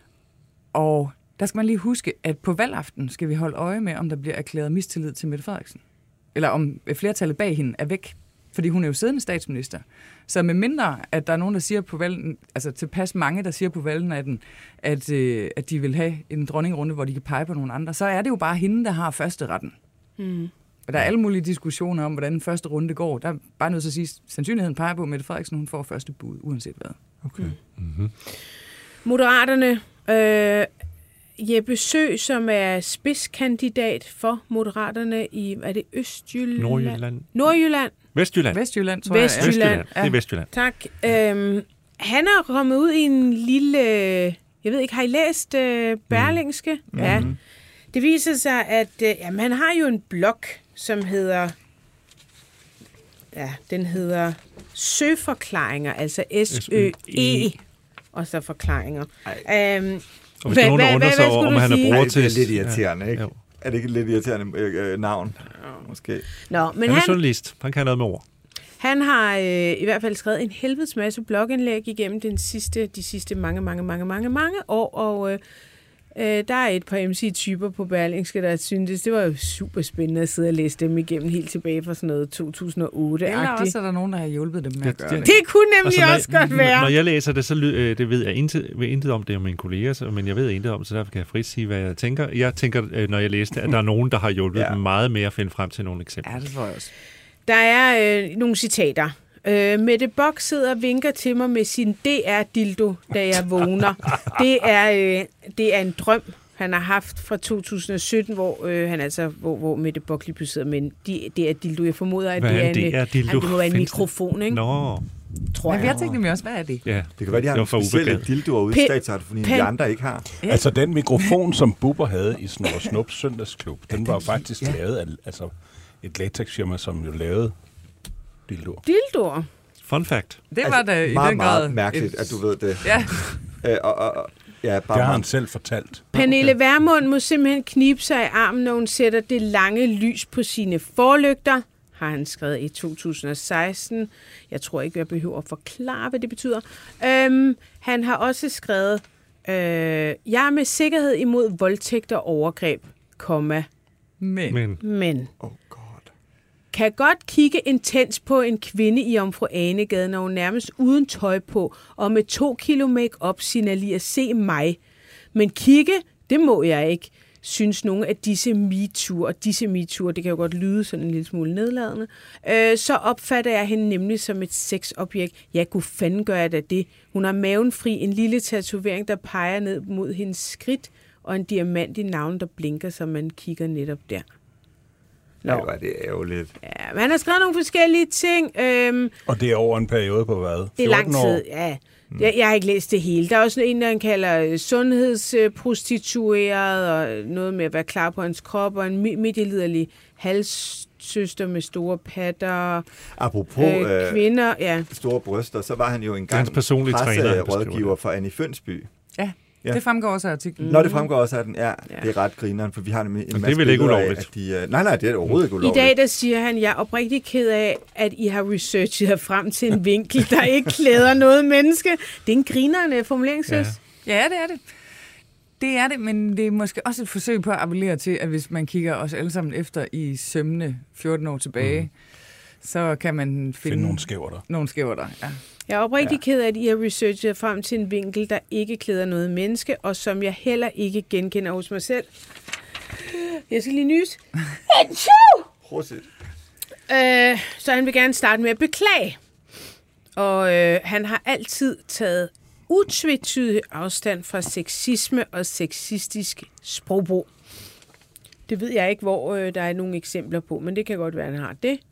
og der skal man lige huske, at på valgaften skal vi holde øje med, om der bliver erklæret mistillid til Mette Frederiksen. Eller om flertallet bag hende er væk. Fordi hun er jo siddende statsminister. Så med mindre, at der er nogen, der siger på valgen, altså tilpas mange, der siger på valgen, at, at, øh, at de vil have en dronningerunde, hvor de kan pege på nogle andre, så er det jo bare hende, der har første retten. Mm. Og der er alle mulige diskussioner om, hvordan den første runde går. Der er bare nødt til at sige, at sandsynligheden peger på, at Mette Frederiksen hun får første bud, uanset hvad. Okay. Mm-hmm. Moderaterne, øh, Jeppe Søe, som er spidskandidat for Moderaterne i, er det Østjylland? Nordjylland. Nordjylland. Vestjylland. Vestjylland, tror Vestjylland. jeg. Vestjylland. Ja. Det er Vestjylland. Tak. Øhm, han er kommet ud i en lille, jeg ved ikke, har I læst øh, Berlingske? Mm. Ja. Mm. Det viser sig, at øh, jamen, han har jo en blog, som hedder, ja, den hedder Søforklaringer, altså S Ø E, og så forklaringer. Øhm, og hvis der er nogen, der undrer sig over, om han er bruger til... Det er lidt irriterende, ikke? Jo. Er det ikke et lidt irriterende øh, navn, måske? Nå, men han er han, journalist. Han kan noget med ord. Han har øh, i hvert fald skrevet en helvedes masse blogindlæg igennem den sidste, de sidste mange, mange, mange, mange, mange år, og øh, øh, der er et par M C-typer på Berlingske, der synes, det var jo super spændende at sidde og læse dem igennem helt tilbage fra sådan noget to tusind og otte. Eller også er der nogen, der har hjulpet dem med at gøre det. Det kunne nemlig altså, også når, godt være. Når jeg læser det, så øh, det ved jeg intet, intet om det om mine kolleger, så, men jeg ved intet om, så derfor kan jeg frit sige, hvad jeg tænker. Jeg tænker, øh, når jeg læste, at der er nogen, der har hjulpet ja. dem meget med at finde frem til nogle eksempler. Ja, det tror jeg også. Der er øh, nogle citater. Øh, Mette Bock sidder og vinker til mig med sin D R-dildo, da jeg vågner. Det er, øh, det er en drøm, han har haft fra to tusind og sytten, hvor øh, han altså, hvor, hvor Mette Bock lige pludselig sidder med en D R-dildo. Jeg formoder, at det er, en, D R-dildo? at det må være en mikrofon, ikke? Nå. Tror jeg. Men jeg tænkte nemlig også, hvad er det? Ja, det kan være, de har en specielle dildoer ude i statsradiofonien, de andre ikke har. Ja. Altså, den mikrofon, som Bubber havde i Snor og Snups søndagsklub, den var jo faktisk ja. lavet af altså, et latexfirma, som jo lavede dildoer. Dildoer? Fun fact. Det var altså, da i meget, den grad... meget mærkeligt, at du ved det. Ja. øh, og, og, og, ja, bare det har han selv fortalt. Pernille okay. Vermund må simpelthen knibe sig i armen, når hun sætter det lange lys på sine forlygter, har han skrevet i to tusind og seksten. Jeg tror ikke, jeg behøver at forklare, hvad det betyder. Øhm, han har også skrevet, øh, jeg er med sikkerhed imod voldtægt og overgreb, komma. Men. Men. Men. Oh God. Kan godt kigge intens på en kvinde i Jomfru Anegade, når hun nærmest uden tøj på, og med to kilo make-up signalerer, se mig. Men kigge, det må jeg ikke. synes nogle af disse MeToo, og disse MeToo, det kan jo godt lyde sådan en lille smule nedladende, øh, så opfatter jeg hende nemlig som et sexobjekt. Ja, gud fanden gør jeg da det. Hun har maven fri, en lille tatovering, der peger ned mod hendes skridt, og en diamant i navnet, der blinker, så man kigger netop der. Nå. Ja, det er jo lidt. Ja, men han har skrevet nogle forskellige ting. Øhm, og det er over en periode på hvad? Det er lang tid, ja. Jeg, jeg har ikke læst det hele. Der er også en, der han kalder sundhedsprostitueret, og noget med at være klar på hans krop, og en midtliderlig halssøster med store patter. Apropos øh, kvinder, ja. Store bryster, så var han jo engang presserådgiver for Annie Fønsby. Ja. Ja. Det fremgår også af artiklen. Nå, det fremgår også af den. Ja, ja. Det er ret grineren, for vi har en, en masse det er ikke ulovligt. Af, at de, uh, nej, nej, det er overhovedet ikke ulovligt. I dag, der siger han, jeg er oprigtig ked af, at I har researchet jer frem til en vinkel, der ikke klæder noget menneske. Det er en grinerende formulering, søs. Ja. ja, det er det. Det er det, men det er måske også et forsøg på at appellere til, at hvis man kigger os alle sammen efter i sømne fjorten år tilbage, mm. så kan man finde, finde nogle skæverter. Nogle skæverter, ja. Jeg er oprigtig ja. ked af, at I har researchet frem til en vinkel, der ikke klæder noget menneske, og som jeg heller ikke genkender hos mig selv. Jeg skal lige nys. øh, så han vil gerne starte med at beklage. Og øh, han har altid taget utvetydig afstand fra sexisme og sexistisk sprogbrug. Det ved jeg ikke, hvor øh, der er nogle eksempler på, men det kan godt være, at han har det.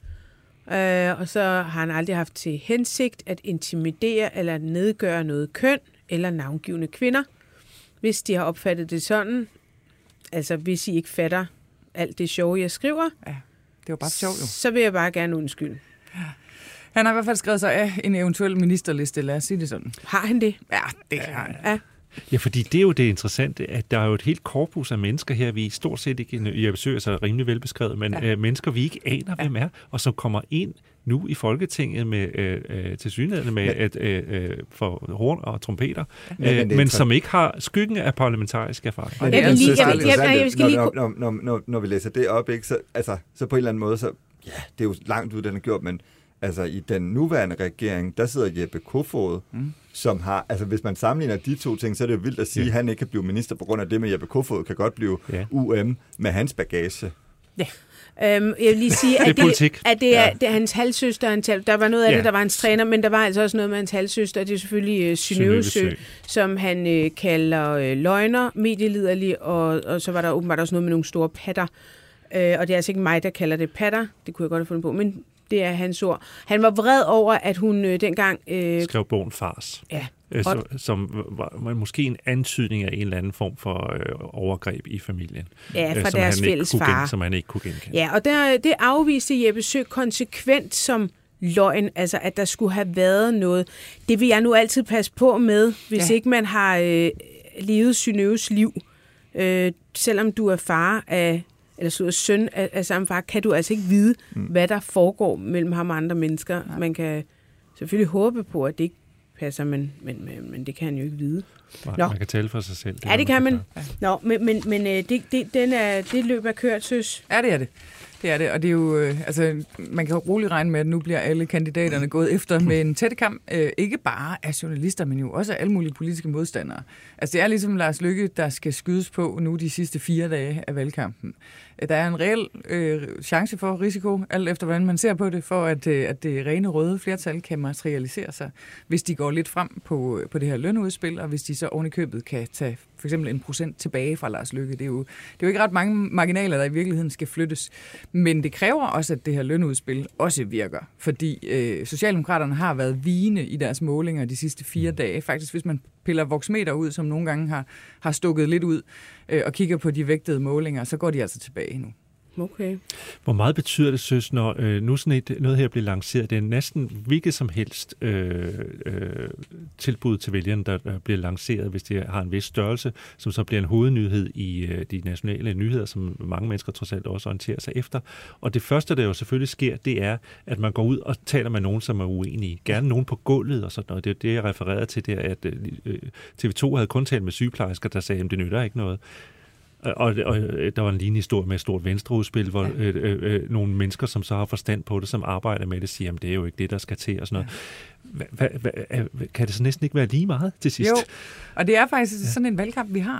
Uh, og så har han aldrig haft til hensigt at intimidere eller at nedgøre noget køn eller navngivende kvinder, hvis de har opfattet det sådan. Altså, hvis I ikke fatter alt det sjove, jeg skriver, ja, det var bare sjovt jo. Så vil jeg bare gerne undskylde. Ja. Han har i hvert fald skrevet sig af en eventuel ministerliste, lad os sige det sådan. Har han det? Ja, det har han. Ja. Ja, fordi det er jo det interessante, at der er jo et helt korpus af mennesker her, vi stort set ikke, jeg besøger sig rimelig velbeskrevet, men ja. øh, mennesker, vi ikke aner, ja. hvem er, og som kommer ind nu i Folketinget med øh, øh, tilsyneladende med et, øh, for horn og trompeter, ja. øh, men, men som ikke har skyggen af parlamentarisk erfaring. Men det er lige, jeg, jeg, jeg, jeg skal lige... Når, når, når, når, når vi læser det op, ikke, så, altså, så på en eller anden måde, så ja, det er jo langt ud, den er gjort, men altså i den nuværende regering, der sidder Jeppe Kofod, mm. som har, altså hvis man sammenligner de to ting, så er det jo vildt at sige, ja. at han ikke kan blive minister på grund af det, men Jeppe Kofod kan godt blive ja. U M med hans bagage. Ja. Øhm, jeg vil lige sige, at det, det, at det, er, ja. det er hans halvsøster, han tal, der var noget af ja. det, der var hans træner, men der var altså også noget med hans halvsøster, og det er selvfølgelig uh, Synøvesø, som han uh, kalder uh, løgner, medieliderlig, og, og så var der åbenbart også noget med nogle store patter, uh, og det er altså ikke mig, der kalder det patter, det kunne jeg godt have fundet på, men det er hans ord. Han var vred over, at hun øh, dengang... Øh, skrev bogen Fars. Ja. Øh, så, som var måske en antydning af en eller anden form for øh, overgreb i familien. Ja, fra øh, deres fælles far. Gen, som han ikke kunne genkende. Ja, og der, det afviste Jeppe Søe konsekvent som løgn, altså at der skulle have været noget. Det vil jeg nu altid passe på med, hvis ja. ikke man har øh, levet Synøves liv. Øh, selvom du er far af... eller så er søn af, af samme far, kan du altså ikke vide, mm. hvad der foregår mellem ham og andre mennesker. Nej. Man kan selvfølgelig håbe på, at det ikke passer, men, men, men, men det kan han jo ikke vide. Nej, Nå. Man kan tale for sig selv. Det ja, det kan man. Ja. Nå, men, men, men det, det, den er, det løb er kørt, søs. Ja, det er det. Det er det, og det er jo, øh, altså, man kan jo roligt regne med, at nu bliver alle kandidaterne gået efter med en tættekamp. Øh, ikke bare af journalister, men jo også af alle mulige politiske modstandere. Altså, det er ligesom Lars Løkke, der skal skydes på nu de sidste fire dage af valgkampen. Der er en reel øh, chance for risiko, alt efter hvordan man ser på det, for at, øh, at det rene røde flertal kan materialisere sig, hvis de går lidt frem på, på det her lønudspil, og hvis de så oven i købet kan tage for eksempel en procent tilbage fra Lars Løkke. Det er, jo, det er jo ikke ret mange marginaler, der i virkeligheden skal flyttes. Men det kræver også, at det her lønudspil også virker, fordi øh, Socialdemokraterne har været vigende i deres målinger de sidste fire dage. Faktisk, hvis man piller voksmeter ud, som nogle gange har, har stukket lidt ud, øh, og kigger på de vægtede målinger, så går de altså tilbage nu. Okay. Hvor meget betyder det, søs, når øh, nu sådan et, noget her bliver lanceret? Det er næsten hvilket som helst øh, øh, tilbud til vælgerne, der, der bliver lanceret, hvis det har en vis størrelse, som så bliver en hovednyhed i øh, de nationale nyheder, som mange mennesker trods alt også orienterer sig efter. Og det første, der jo selvfølgelig sker, det er, at man går ud og taler med nogen, som er uenige. Gerne nogen på gulvet og sådan noget. Det er det, jeg refererede til, der, at øh, T V to havde kun talt med sygeplejersker, der sagde, at det nytter ikke noget. Og, og der var en lignende historie med et stort venstreudspil, hvor ja. øh, øh, nogle mennesker, som så har forstand på det, som arbejder med det, siger, at det er jo ikke det, der skal til og sådan noget. Hva, hva, hva, kan det så næsten ikke være lige meget til sidst? Jo, og det er faktisk ja. sådan en valgkamp, vi har. Ja.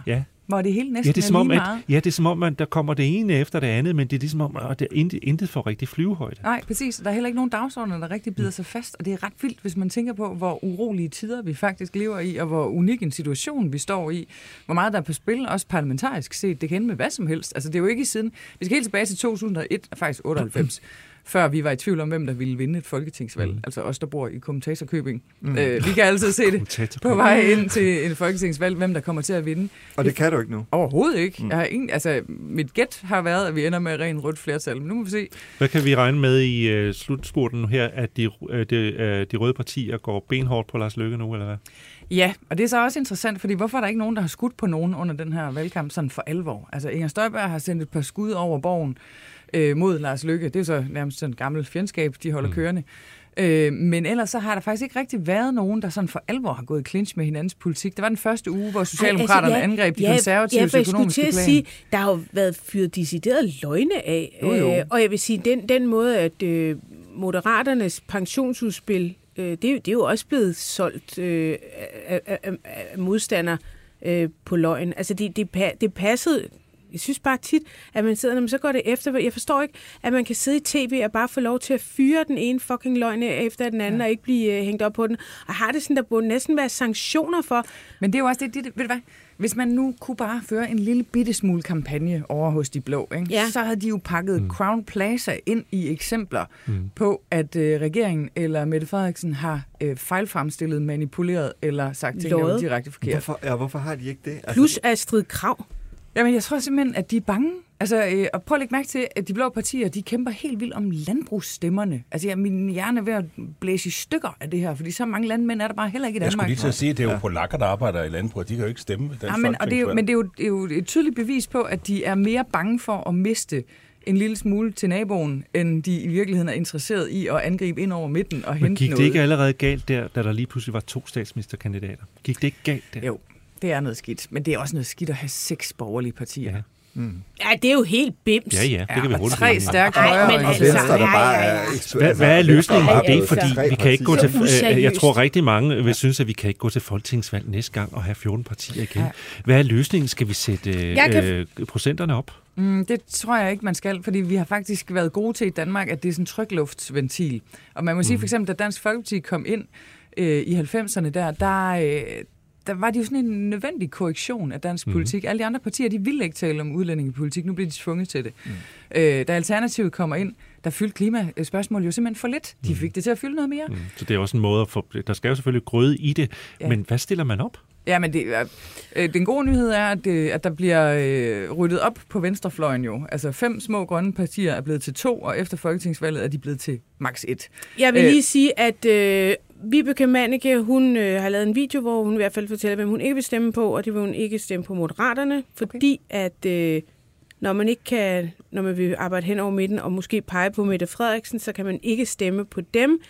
hvor det hele næsten ja, det er, som er om, lige at, meget. Ja, det er som om, at der kommer det ene efter det andet, men det er ligesom om, at det er intet, intet for rigtig flyvehøjde. Nej, præcis. Der er heller ikke nogen dagsordner, der rigtig bider sig fast, og det er ret vildt, hvis man tænker på, hvor urolige tider vi faktisk lever i, og hvor unik en situation vi står i, hvor meget der er på spil, også parlamentarisk set. Det kan ende med hvad som helst. Altså, det er jo ikke siden... Vi skal helt tilbage til to tusind og et, faktisk otteoghalvfems, før vi var i tvivl om, hvem der ville vinde et folketingsvalg. Mm. Altså os, der bor i kommentatorkøbing. Mm. Øh, vi kan altid se det på vej ind til et folketingsvalg, hvem der kommer til at vinde. Og det kan du ikke nu? Overhovedet ikke. Mm. Jeg har ingen, altså, mit gæt har været, at vi ender med ren rødt flertal. Men nu må vi se. Hvad kan vi regne med i uh, slutspurten her, at de, uh, de, uh, de røde partier går benhårdt på Lars Løkke nu, eller hvad? Ja, og det er så også interessant, fordi hvorfor er der ikke nogen, der har skudt på nogen under den her valgkamp sådan for alvor? Altså, Inger Støjberg har sendt et par skud over borgen øh, mod Lars Løkke. Det er så nærmest sådan et gammelt fjendskab, de holder mm. kørende. Øh, men ellers så har der faktisk ikke rigtig været nogen, der sådan for alvor har gået i clinch med hinandens politik. Det var den første uge, hvor Socialdemokraterne Ej, altså, ja, angreb de ja, konservatives ja, økonomiske plan. Sige, der har jo været fyret deciderede løgne af. Jo, jo. Øh, og jeg vil sige, den, den måde, at øh, Moderaternes pensionsudspil, øh, det, det er jo også blevet solgt øh, af, af, af modstandere øh, på løgn. Altså, det, det, det passede... Jeg synes bare tit, at man sidder, når man så går det efter. Jeg forstår ikke, at man kan sidde i tv og bare få lov til at fyre den ene fucking løgn efter den anden, ja. Og ikke blive uh, hængt op på den. Og har det sådan, der burde næsten være sanktioner for. Men det er jo også det, det, ved du hvad? Hvis man nu kunne bare føre en lille bitte smule kampagne over hos de blå, ikke? Ja. Så havde de jo pakket mm. Crown Plaza ind i eksempler mm. på, at øh, regeringen eller Mette Frederiksen har øh, fejlfremstillet, manipuleret eller sagt ting, der var direkte forkert. Hvorfor, ja, hvorfor har de ikke det? Altså, Plus Astrid Krag. Jamen, jeg tror simpelthen, at de er bange. Altså, øh, og prøv at lægge mærke til, at de blå partier, de kæmper helt vildt om landbrugsstemmerne. Altså, ja, min hjerne er ved at blæse i stykker af det her, fordi så mange landmænd er der bare heller ikke i Danmark. Jeg skulle lige til at sige, at det er jo ja. polakker, der arbejder i landbrug, de kan jo ikke stemme. Ja, men, og det er jo, men det er, jo, det er jo et tydeligt bevis på, at de er mere bange for at miste en lille smule til naboen, end de i virkeligheden er interesseret i at angribe ind over midten og hente noget. Men gik det ikke allerede galt der, da der lige pludselig var to statsministerkandidater? Gik det ikke galt der? Jo. Det er noget skidt, men det er også noget skidt at have seks borgerlige partier. Ja, mm. ja det er jo helt bims. Ja, ja, det kan ja, vi hurtigt. Tre stærke højre. Men altså, Venstre, der bare er... Hvad, hvad er løsningen på det? Fordi vi kan ikke gå til... Øh, jeg tror rigtig mange vil synes, at vi kan ikke gå til folketingsvalg næste gang og have fjorten partier igen. Ja. Hvad er løsningen? Skal vi sætte øh, kan... procenterne op? Mm, det tror jeg ikke, man skal, fordi vi har faktisk været gode til i Danmark, at det er sådan en trykluftsventil. Og man må sige, for eksempel, da Dansk Folkeparti kom ind øh, i halvfemserne der, der... Øh, der var det jo sådan en nødvendig korrektion af dansk mm. politik. Alle de andre partier, de ville ikke tale om udlændingepolitik. Nu bliver de tvunget til det. Mm. Øh, da Alternativet kommer ind, der fyldte klimaspørgsmål jo simpelthen for lidt. De fik det til at fylde noget mere. Mm. Så det er også en måde at få... Der skal jo selvfølgelig grøde i det, ja. Men hvad stiller man op? Ja, men det, øh, den gode nyhed er, at, det, at der bliver øh, ryddet op på venstrefløjen jo. Altså fem små grønne partier er blevet til to, og efter folketingsvalget er de blevet til maks et. Jeg vil øh, lige sige, at øh, Vibeke Mannicke, hun øh, har lavet en video, hvor hun i hvert fald fortæller, hvem hun ikke vil stemme på, og det vil hun ikke stemme på Moderaterne, fordi okay. at øh, når man ikke kan, når man vil arbejde hen over midten og måske pege på Mette Frederiksen, så kan man ikke stemme på dem.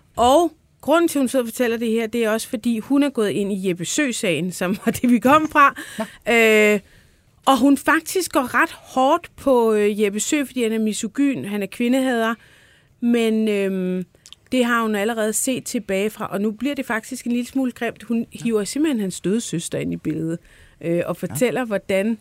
Og grunden til, at hun sidder og fortæller det her, det er også, fordi hun er gået ind i Jeppe Søe-sagen, som var det, vi kom fra. Øh, og hun faktisk går ret hårdt på øh, Jeppe Søe, fordi han er misogyn, han er kvindehader. Men øh, det har hun allerede set tilbage fra, og nu bliver det faktisk en lille smule grimt. Hun hiver simpelthen hans døde søster ind i billedet, øh, og fortæller, ja. hvordan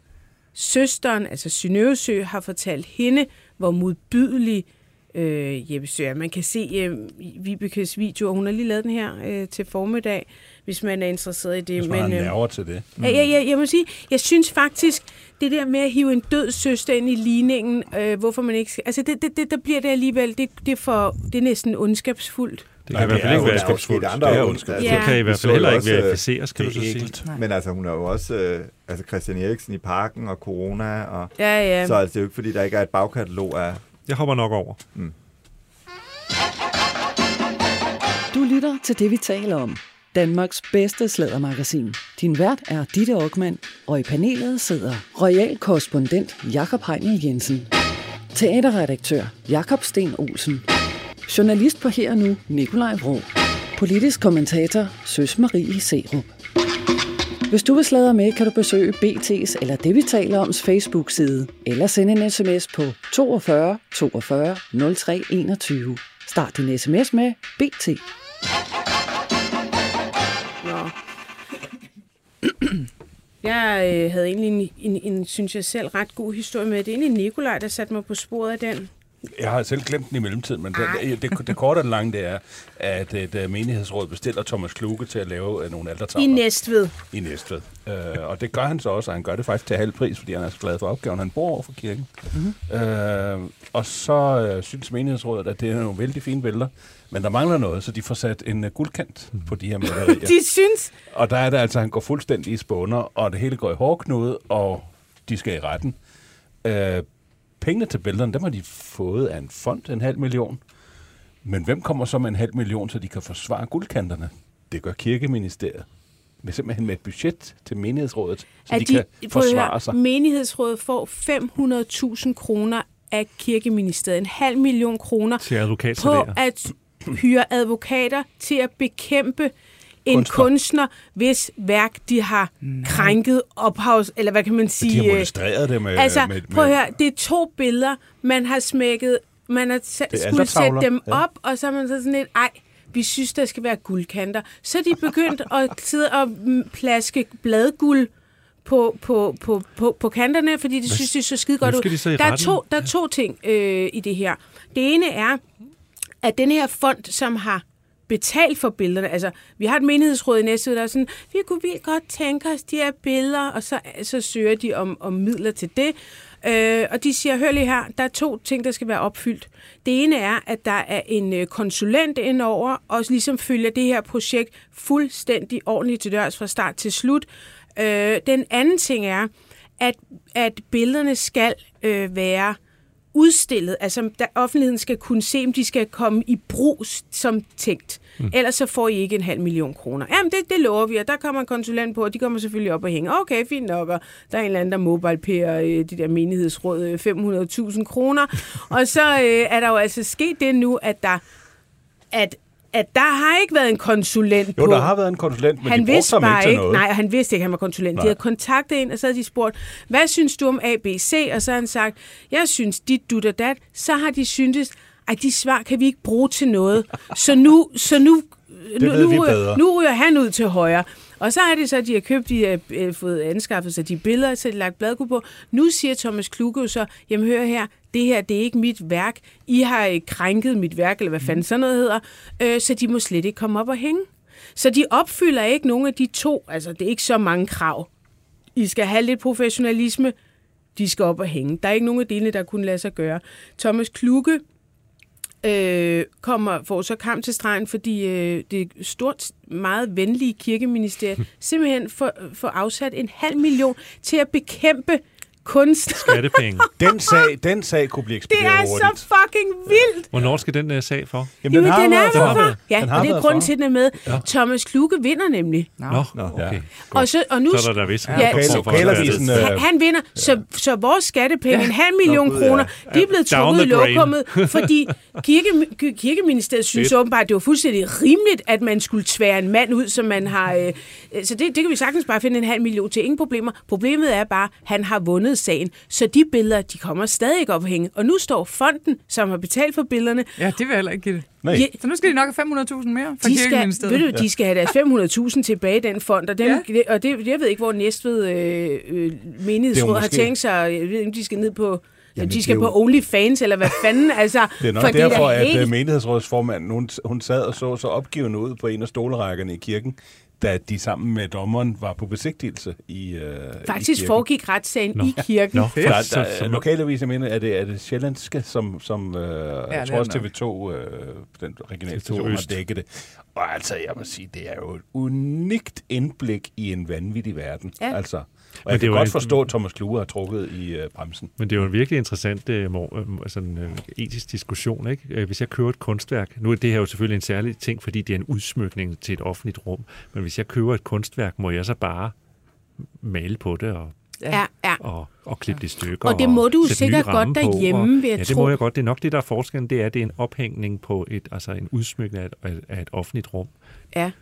søsteren, altså Synnøve Søe, har fortalt hende, hvor modbydelig Øh, Jeppe Søe. Man kan se øh, Vibekes video, og hun har lige lavet den her øh, til formiddag, hvis man er interesseret i det. Hvis man men, øh, nerver til det. Mm. Ja, ja, ja, jeg må sige, jeg synes faktisk, det der med at hive en død søster ind i ligningen, øh, hvorfor man ikke... Altså, det, det, det, der bliver det alligevel, det, det, er for, det er næsten ondskabsfuldt. Det kan Nej, i hvert fald ikke være ondskabsfuldt. Det, det, er ondskabsfuldt. Ja. Det kan i hvert fald heller ikke verificeres, kan du så sige. Men altså, hun er jo også øh, altså Christian Eriksen i Parken og corona, og ja, ja. så altså, det er jo ikke, fordi der ikke er et bagkatalog af... Jeg hopper nok over. Mm. Du lytter til det, vi taler om. Danmarks bedste sladdermagasin. Din vært er Ditte Okman, og i panelet sidder royal korrespondent Jakob Heinel Jensen, teaterredaktør Jakob Sten Olsen, journalist på Her og Nu Nikolaj Vrå, politisk kommentator Søs Marie Serup. Hvis du vil sladre med, kan du besøge B T's eller det, vi taler oms Facebook-side, eller sende en sms på toogfyrre toogfyrre nul tre enogtyve. Start din sms med B T. Jeg øh, havde egentlig en, en, en, synes jeg selv, ret god historie med. Det er egentlig Nikolaj, der satte mig på sporet af den. Jeg har selv glemt den i mellemtiden, men det, det, det, det korte og lange, det er, at et uh, menighedsråd bestiller Thomas Kluge til at lave uh, nogle altertavler. I Næstved. I Næstved. Uh, og det gør han så også, og han gør det faktisk til halv pris, fordi han er så glad for opgaven. Han bor over for kirken. Mm-hmm. Uh, og så uh, synes menighedsrådet, at det er nogle vældig fine billeder, men der mangler noget, så de får sat en uh, guldkant på de her malerier. De synes... Og der er det altså, han går fuldstændig i spåner, og det hele går i hårdknude, og de skal i retten. Uh, Pengene til billederne, dem har de fået af en fond, en halv million. Men hvem kommer så med en halv million, så de kan forsvare guldkanterne? Det gør Kirkeministeriet. Med simpelthen med et budget til menighedsrådet, så at de, de kan forsvare sig. Menighedsrådet får fem hundrede tusind kroner af Kirkeministeriet. En halv million kroner til på at hyre advokater til at bekæmpe en kunstner, kunstner hvis værk de har mm. krænket ophavs, eller hvad kan man sige? De har molestreret det med... Altså, med, prøv at høre, det er to billeder, man har smækket, man har s- skulle sætte dem ja. op, og så er man så sådan lidt, ej, vi synes, der skal være guldkanter. Så er de begyndt at sidde og plaske bladguld på, på, på, på, på kanterne, fordi de synes, det er så skide godt ud. De der, er to, der er to ting øh, i det her. Det ene er, at den her fond, som har betalt for billederne. Altså, vi har et menighedsråd i Næstved, der er sådan, vi kunne vildt godt tænke os de her billeder, og så, så søger de om, om midler til det. Øh, og de siger, hør lige her, der er to ting, der skal være opfyldt. Det ene er, at der er en konsulent indover, og ligesom følger det her projekt fuldstændig ordentligt til dørs fra start til slut. Øh, den anden ting er, at, at billederne skal øh, være udstillet, altså der offentligheden skal kunne se, om de skal komme i brug som tænkt. Mm. Ellers så får I ikke en halv million kroner. Jamen, det, det lover vi, og der kommer en konsulent på, og de kommer selvfølgelig op og hænge. Okay, fint nok, og der er en eller anden, der mobilepayer øh, de der menighedsråd øh, fem hundrede tusind kroner. Og så øh, er der jo altså sket det nu, at der at at der har ikke været en konsulent jo, på. Jo, der har været en konsulent, men han de brugte ham ikke til noget. Nej, han vidste ikke, at han var konsulent. Nej. De havde kontaktet ind, og så havde de spurgt, hvad synes du om A B C? Og så har han sagt, jeg synes dit, dut og dat. Så har de syntes, at de svar kan vi ikke bruge til noget. Så nu, så nu, nu, nu, ryger, nu ryger han ud til højre. Og så er det så, at de har købt, de har øh, fået anskaffet sig de billeder, så de har lagt bladguld på. Nu siger Thomas Kluge så, jamen hør her, det her, det er ikke mit værk. I har øh, krænket mit værk, eller hvad fanden sådan noget hedder, øh, så de må slet ikke komme op og hænge. Så de opfylder ikke nogen af de to, altså det er ikke så mange krav. I skal have lidt professionalisme, de skal op og hænge. Der er ikke nogen af delene, der kunne lade sig gøre. Thomas Kluge øh, kommer, får så kamp til stregen, fordi øh, det er stort, meget venlige Kirkeministeriet simpelthen får, får afsat en halv million til at bekæmpe kunst. Skattepenge. Den sag, den sag kunne blive ekspederet hurtigt. Det er hurtigt. Så fucking vildt. Hvornår skal den uh, sag for? Jamen, Jamen den, den er for. for. Ja, den og det er grunden til, at den er med. Ja. Thomas Kluge vinder nemlig. Nå, Nå okay. Ja. Og, så, og nu, så er der da vist. Ja, ja, lokalavisen, øh... han, han vinder. Ja. Så, så vores skattepenge, ja. en halv million Nå, kroner, ja. de er blevet trukket i lokummet, fordi kirke, Kirkeministeriet synes åbenbart, at det var fuldstændig rimeligt, at man skulle tvære en mand ud, som man har... Øh, så det, det kan vi sagtens bare finde en halv million til. Ingen problemer. Problemet er bare, at han har vundet sagen. Så de billeder, de kommer stadig op at hænge. Og nu står fonden, som har betalt for billederne. Ja, det vil jeg heller ikke give det. Nej. Ja, så nu skal de nok have fem hundrede tusind mere fra Kirkeministeriet. Ved du, de skal have deres fem hundrede tusind tilbage, den fond. Og, dem, ja. og det, jeg ved ikke, hvor Næstved øh, øh, menighedsråd har tænkt sig. Jeg ved ikke, de skal ned på... Jamen, de skal jo... på OnlyFans, eller hvad fanden? Altså, det er nok for derfor, det er helt... at menighedsrådsformanden, hun, hun sad og så så opgivende ud på en af stolerækkerne i kirken, da de sammen med dommeren var på besigtigelse i øh, Faktisk i foregik retssagen Nå. i kirken. Nå, der, der, der, lokalaviser mener, er det, er det sjællandske, som, som øh, ja, jeg tror også T V to, øh, den regionale station, har dækket det. Og altså, jeg må sige, det er jo et unikt indblik i en vanvittig verden. Ja. Altså, og jeg kan godt en... forstå, at Thomas Kluge har trukket i øh, bremsen. Men det er jo en virkelig interessant øh, sådan, øh, etisk diskussion, ikke? Hvis jeg køber et kunstværk, nu er det her jo selvfølgelig en særlig ting, fordi det er en udsmykning til et offentligt rum, men hvis jeg køber et kunstværk, må jeg så bare male på det og, ja, ja. og, og klippe det i stykker. Og det må du sikkert godt derhjemme, vil jeg ja, tro. det må jeg godt. Det er nok det, der er forskellen, det er, det er en ophængning på et, altså en udsmykning af et, af et offentligt rum. Ja.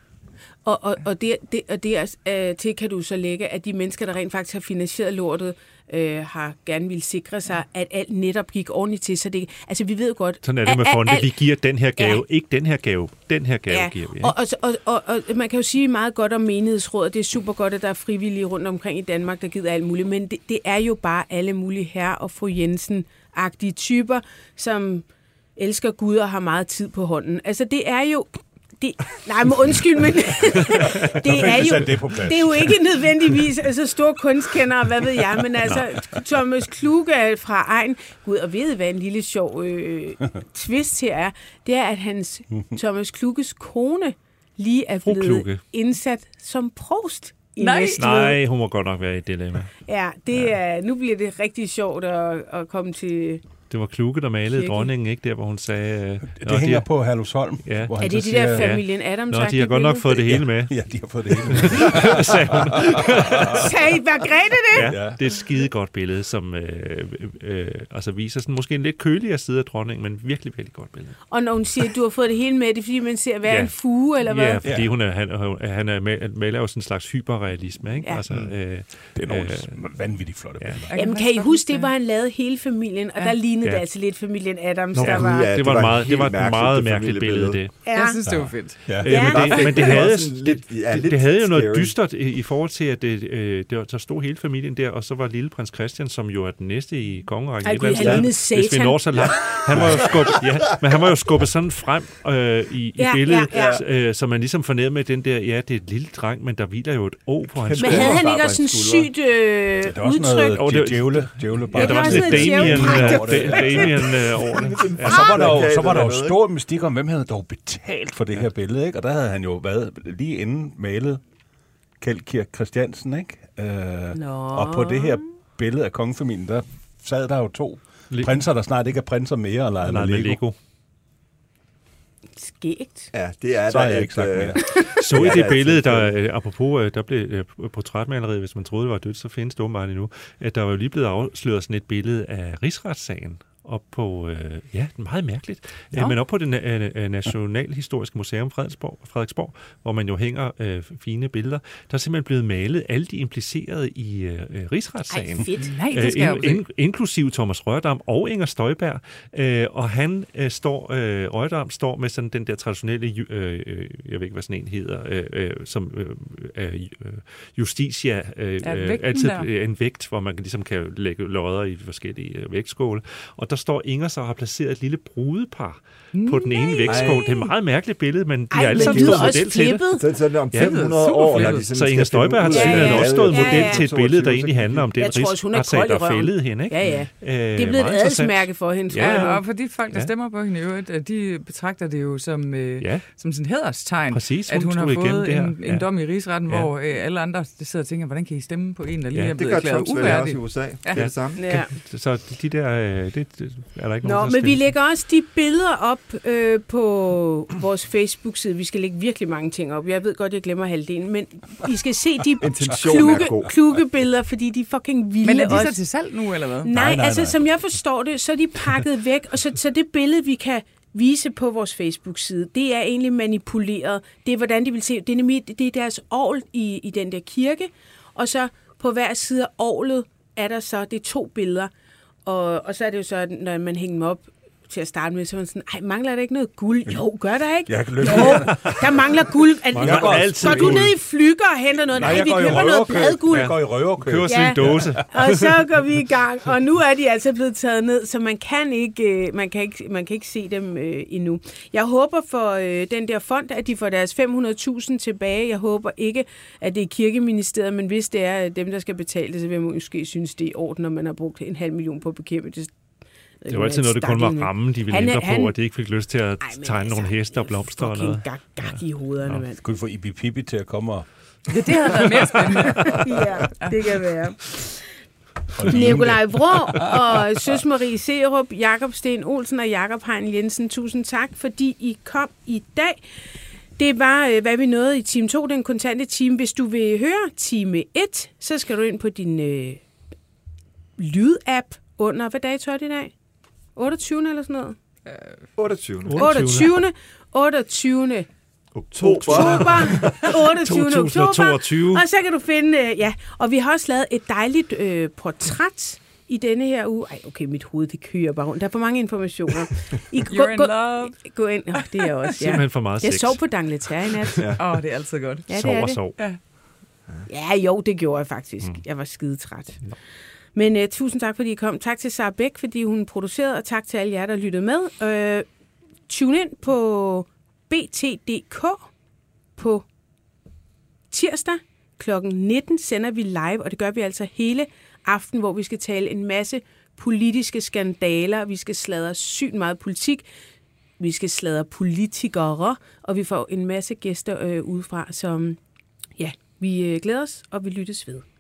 Og, og, og, det, det, og det er, øh, til kan du så lægge, at de mennesker, der rent faktisk har finansieret lortet, øh, har gerne vil sikre sig, at alt netop gik ordentligt til. Så det, altså, vi ved jo godt... Sådan er det med fonde. Vi giver den her gave, ja. ikke den her gave. Den her gave ja. giver vi. Og, og, og, og, og man kan jo sige meget godt om menighedsrådet. Det er super godt, at der er frivillige rundt omkring i Danmark, der gider alt muligt. Men det, det er jo bare alle mulige herre og fru Jensen-agtige typer, som elsker Gud og har meget tid på hånden. Altså, det er jo... Det, nej, men undskyld, men det, er jo, det, det er jo ikke nødvendigvis altså store kunstkendere, hvad ved jeg, men altså Thomas Kluge fra Egen, gud, og ved hvad en lille sjov øh, twist her er, det er, at hans Thomas Kluges kone lige er blevet indsat som provst i Nej. Næstved. Nej, hun må godt nok være i et dilemma. Ja, det er, nu bliver det rigtig sjovt at, at komme til... Det var Kluge, der malede Kirke. Dronningen, ikke? Der, hvor hun sagde... Øh, det hænger de på Herlufsholm. Ja. Hvor er han det de siger, der familien Adams? Nå, de har godt nok fået det hele med. Ja, ja de har fået det hele med. sagde hun. Sagde Margrethe det? Ja, det er et skide godt billede, som øh, øh, altså viser sådan måske en lidt køligere side af dronningen, men virkelig, virkelig godt billede. Og når hun siger, at du har fået det hele med, det er fordi, man ser hver ja. en fuge, eller hvad? Ja, fordi hun er, han, han er, maler jo sådan en slags hyperrealisme, ikke? Ja. Altså, øh, det er nogle øh, vanvittigt flotte ja. billeder. Jamen, kan I huske, det hvor han lavede hele familien, og ja. der lignede ja. det altså lidt familien Adams, Nå, der var... Ja, det var, meget, det var et meget mærkeligt billede, det. Ja. Jeg synes, det var fedt. Ja. Ja. Men, det, men det havde, det, det, det havde jo noget dystert i, i forhold til, at det, øh, det, der stod hele familien der, og så var lille prins Christian, som jo er den næste i kongerækken. Ej, gud, han lignede satan. Hvis vi når så langt. Han var jo skubbet, ja, men han var jo skubbet sådan frem øh, i, i ja, billedet, ja, ja. Øh, så man ligesom fornemmede med den der, ja, det er et lille dreng, men der hviler jo et O på hans skulder. Men havde han ikke også sådan sygt øh, det var udtryk? Noget djævle, djævle ja, der var sådan lidt Damien over det. Så var der jo, så var der jo stor mystik om, hvem havde dog betalt for det her billede, ikke? Og der havde han jo været lige inden malet Kjeld Kirk Christiansen, ikke? Øh, og på det her billede af kongefamilien, der sad der jo to Le- prinser, der snart ikke er prinser mere, eller Nej, Lego. Lego. Skægt. Ja, det er så der jeg et, ikke sagt mere. Så i det billede, der apropos, der blev portrætmaleriet, hvis man troede, det var dødt, så findes det åbenbart endnu, at der var jo lige blevet afsløret sådan et billede af rigsretssagen op på, øh, ja, meget mærkeligt, ja. men op på det na- Nationalhistoriske Museum Frederiksborg, Frederiksborg, hvor man jo hænger øh, fine billeder. Der er simpelthen blevet malet alle de implicerede i øh, rigsretssagen. Ej, fedt. Nej, det skal øh, in, inklusive Thomas Rørdam og Inger Støjberg. Øh, og han øh, står, øh, Rørdam står med sådan den der traditionelle, øh, jeg ved ikke, hvad sådan en hedder, øh, øh, som øh, øh, Justitia, øh, ja, altid der. En vægt, hvor man ligesom kan lægge lodder i forskellige øh, vægtskåle. Og der står Inger så har placeret et lille brudepar mm, på den ene vægtskål. Det er et meget mærkeligt billede, men de Ej, har alle sammen stået model til det. Så, så om fem hundrede ja, år, når de så Inger Støjberg har ja, ja, ja. også stået ja, model ja. til et billede, der egentlig handler om den rigsretssag, der fældede hende. Ikke? Ja, ja. Det er blevet et adelsmærke for hende, tror ja, jeg. Og for de folk, der ja. stemmer på hende i øvrigt, de betragter det jo som, øh, ja. som sådan en hæderstegn, Præcis, at hun har fået en, ja. en dom i rigsretten, ja. hvor øh, alle andre sidder og tænker, hvordan kan I stemme på en, der lige ja. er blevet erklæret uværdig? Det gør Trump vel også i U S A. Ja. Det er det samme. Ja. Så de der, det er der ikke Nå, nogen, men vi lægger også de billeder op øh, på vores Facebook-side. Vi skal lægge virkelig mange ting op. Jeg ved godt, jeg glemmer halvdelen, men I skal se de kluge, kluge billeder, fordi de er fucking vilde. Men er de også. så til salg nu, eller hvad? Nej, nej, nej, altså nej. Som jeg forstår det, så er de pakket væk, og så, så det billede, vi kan vise på vores Facebook-side, det er egentlig manipuleret. Det er, hvordan de vil se. Det er, nemlig, det er deres orgel i, i den der kirke, og så på hver side af orglet er der så, det er to billeder, og, og så er det jo så, når man hænger dem op til at starte med, så er man sådan, ej, mangler der ikke noget guld? Jo, gør der ikke? Jeg kan jo, der mangler guld. At, mangler går, altid går du ned i Flygger og henter noget? Nej, Nej vi køber noget bladguld. Jeg går i røverkøb. Køber sådan en dåse. Og så går vi i gang. Og nu er de altså blevet taget ned, så man kan ikke, man kan ikke, man kan ikke se dem øh, endnu. Jeg håber for øh, den der fond, at de får deres fem hundrede tusind tilbage. Jeg håber ikke, at det er Kirkeministeriet, men hvis det er dem, der skal betale det, så vil jeg måske synes, det er i orden, når man har brugt en halv million på at bekæmpe det. Det var altid noget, det kun var rammen, de ville ændre på, han, og de ikke fik lyst til at ej, tegne altså, nogle heste og blomster og noget. Gak, gak i hovederne, mand. Skulle vi få Ibi Pippi til at komme og... Ja, det havde været mere spændende. Ja, det kan være. Nikolaj Vrå og Søs Marie Serup, Jakob Sten Olsen og Jakob Hein Jensen, tusind tak, fordi I kom i dag. Det var, hvad vi nåede i time to, den kontante time. Hvis du vil høre time et, så skal du ind på din øh, lydapp under, hvad dato er det i dag? otteogtyvende eller sådan noget? otteogtyvende. otteogtyvende. otteogtyvende Oktober. oktober, otteogtyvende to tusind og toogtyve. oktober. Og så kan du finde, øh, ja, og vi har også lavet et dejligt øh, portræt i denne her uge. Ej, okay, mit hoved, det kører bare rundt. Der er for mange informationer. I, You're gå, in gå, love. gå ind. Oh, det er også, ja. Simpelthen for meget Jeg sex. sov på D'Angleterre i nat. Åh, ja. oh, det er altid godt. Ja, det sov er og det. sov. Ja. Ja, jo, det gjorde jeg faktisk. Mm. Jeg var skidetræt. No. Men uh, tusind tak, fordi I kom. Tak til Sara Bæk, fordi hun producerede, og tak til alle jer, der lyttede med. Uh, tune ind på B T punktum D K på tirsdag klokken nitten sender vi live, og det gør vi altså hele aften, hvor vi skal tale en masse politiske skandaler. Vi skal sladre sygt meget politik. Vi skal sladre politikere, og vi får en masse gæster øh, udefra, som ja, vi øh, glæder os, og vi lyttes ved.